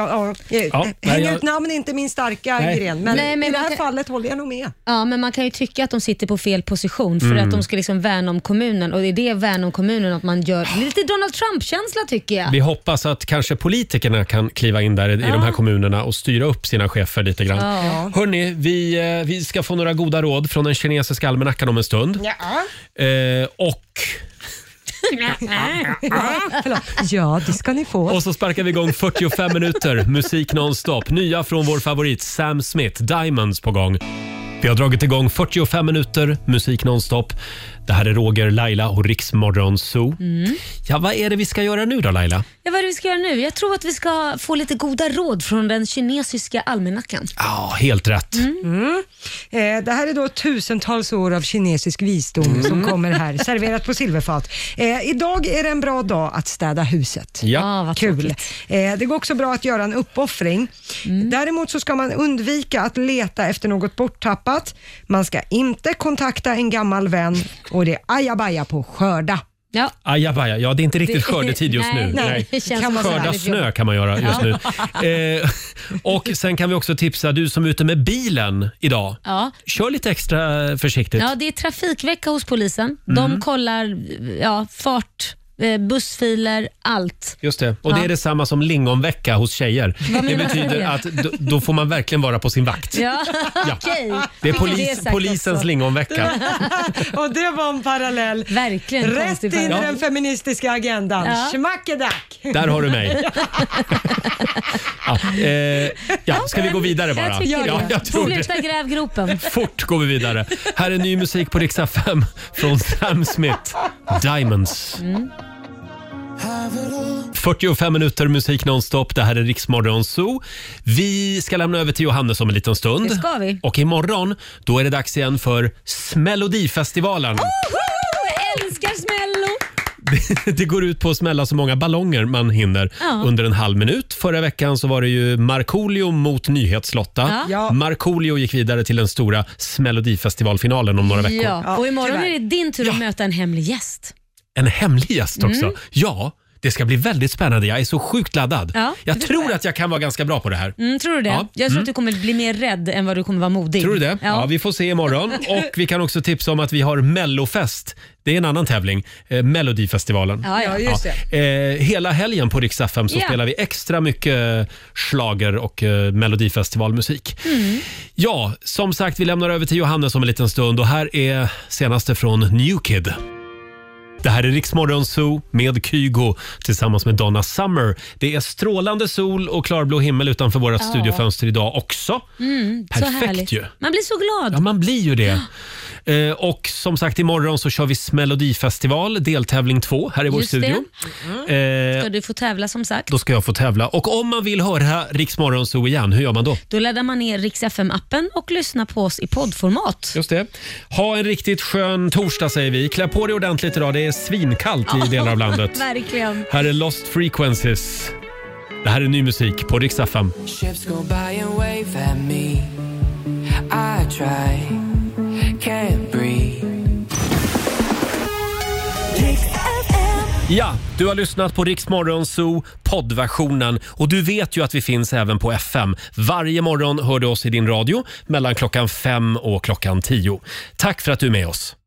hänga ut namn är inte min starka gren, men i det här fallet håller jag nog med. Ja, men man kan ju tycka att de sitter på fel position för att de ska liksom värna om kommunen, och det är det värna om kommunen att man gör lite Donald Trump-känsla, tycker jag. Vi hoppas att kanske politikerna kan kliva in där i de här kommunerna och styra upp sina chefer lite grann. Hörrni, vi ska få några goda råd från den kinesiska almanackan om en stund. Ja, det ska ni få. Och så sparkar vi igång 45 minuter musik nonstop. Nya från vår favorit Sam Smith, Diamonds på gång. Vi har dragit igång 45 minuter musik nonstop. Det här är Roger, Laila och Rix Morgonzoo. Ja, vad är det vi ska göra nu då, Laila? Ja, vad är det vi ska göra nu? Jag tror att vi ska få lite goda råd från den kinesiska almanackan. Ja, helt rätt. Det här är då tusentals år av kinesisk visdom som kommer här, serverat på silverfat. Idag är det en bra dag att städa huset. Ja, kul. Det går också bra att göra en uppoffring. Däremot så ska man undvika att leta efter något borttappat. Man ska inte kontakta en gammal vän. Och det är ajabaja på skörda. Ja. Ajabaja, det är inte riktigt skördetid just nu. Nej. Skörda snö kan man göra just nu. Och sen kan vi också tipsa, du som är ute med bilen idag. Kör lite extra försiktigt. Ja, det är trafikvecka hos polisen. De kollar fart bussfiler, allt. Just det. Och det är detsamma som lingonvecka hos tjejer. Det betyder att då får man verkligen vara på sin vakt. Ja, okej. Det är polisens lingonvecka. Och det var en parallell. Verkligen. Rätt in i den feministiska agendan. Schmackedack. Där har du mig. Ska vi gå vidare bara? Jag tror Sluta grävgropen. Fort går vi vidare. Här är ny musik på Rix FM från Sam Smith. Diamonds. 45 minuter musik nonstop. Det här är Rix Morgon Zoo. Vi ska lämna över till Johannes om en liten stund. Det ska vi. Och imorgon, då är det dags igen för Smällodifestivalen. Jag älskar Smello. Det går ut på att smälla så många ballonger man hinner under en halv minut. Förra veckan så var det ju Markoolio mot Nyhetslotta. Ja. Markoolio gick vidare till den stora Smällodifestivalfinalen om några veckor. Ja. Och imorgon är det din tur att möta en hemlig gäst. En hemlig gäst också? Ja, det ska bli väldigt spännande. Jag är så sjukt laddad. Jag tror att jag kan vara ganska bra på det här. Tror du det? Ja. Jag tror att du kommer bli mer rädd än vad du kommer vara modig. Tror du det? Ja, vi får se imorgon. Och vi kan också tipsa om att vi har Mellofest. Det är en annan tävling. Melodifestivalen. Ja, just det. Hela helgen på Rix FM så spelar vi extra mycket schlager och Melodifestivalmusik. Ja, som sagt, vi lämnar över till Johannes om en liten stund. Och här är senaste från New Kid. Det här är Rix Morgon Zoo med Kygo tillsammans med Donna Summer. Det är strålande sol och klarblå himmel utanför vårt studiofönster idag också. Perfekt ju. Man blir så glad. Ja, man blir ju det. Och som sagt, imorgon så kör vi Melodifestival, deltävling 2 här i vår studio. Ska du få tävla som sagt? Då ska jag få tävla. Och om man vill höra Rix Morgon Zoo igen, hur gör man då? Då laddar man ner Rix FM-appen och lyssnar på oss i poddformat. Just det. Ha en riktigt skön torsdag säger vi. Klä på dig ordentligt idag. Det är svinkallt i delar av landet. Verkligen. Här är Lost Frequencies. Det här är ny musik på Rix FM. Ships go by and wave at me. I try, can't breathe. Ja, du har lyssnat på Rix Morgon Zoo poddversionen och du vet ju att vi finns även på FM. Varje morgon hör du oss i din radio mellan klockan 5 och klockan 10. Tack för att du är med oss.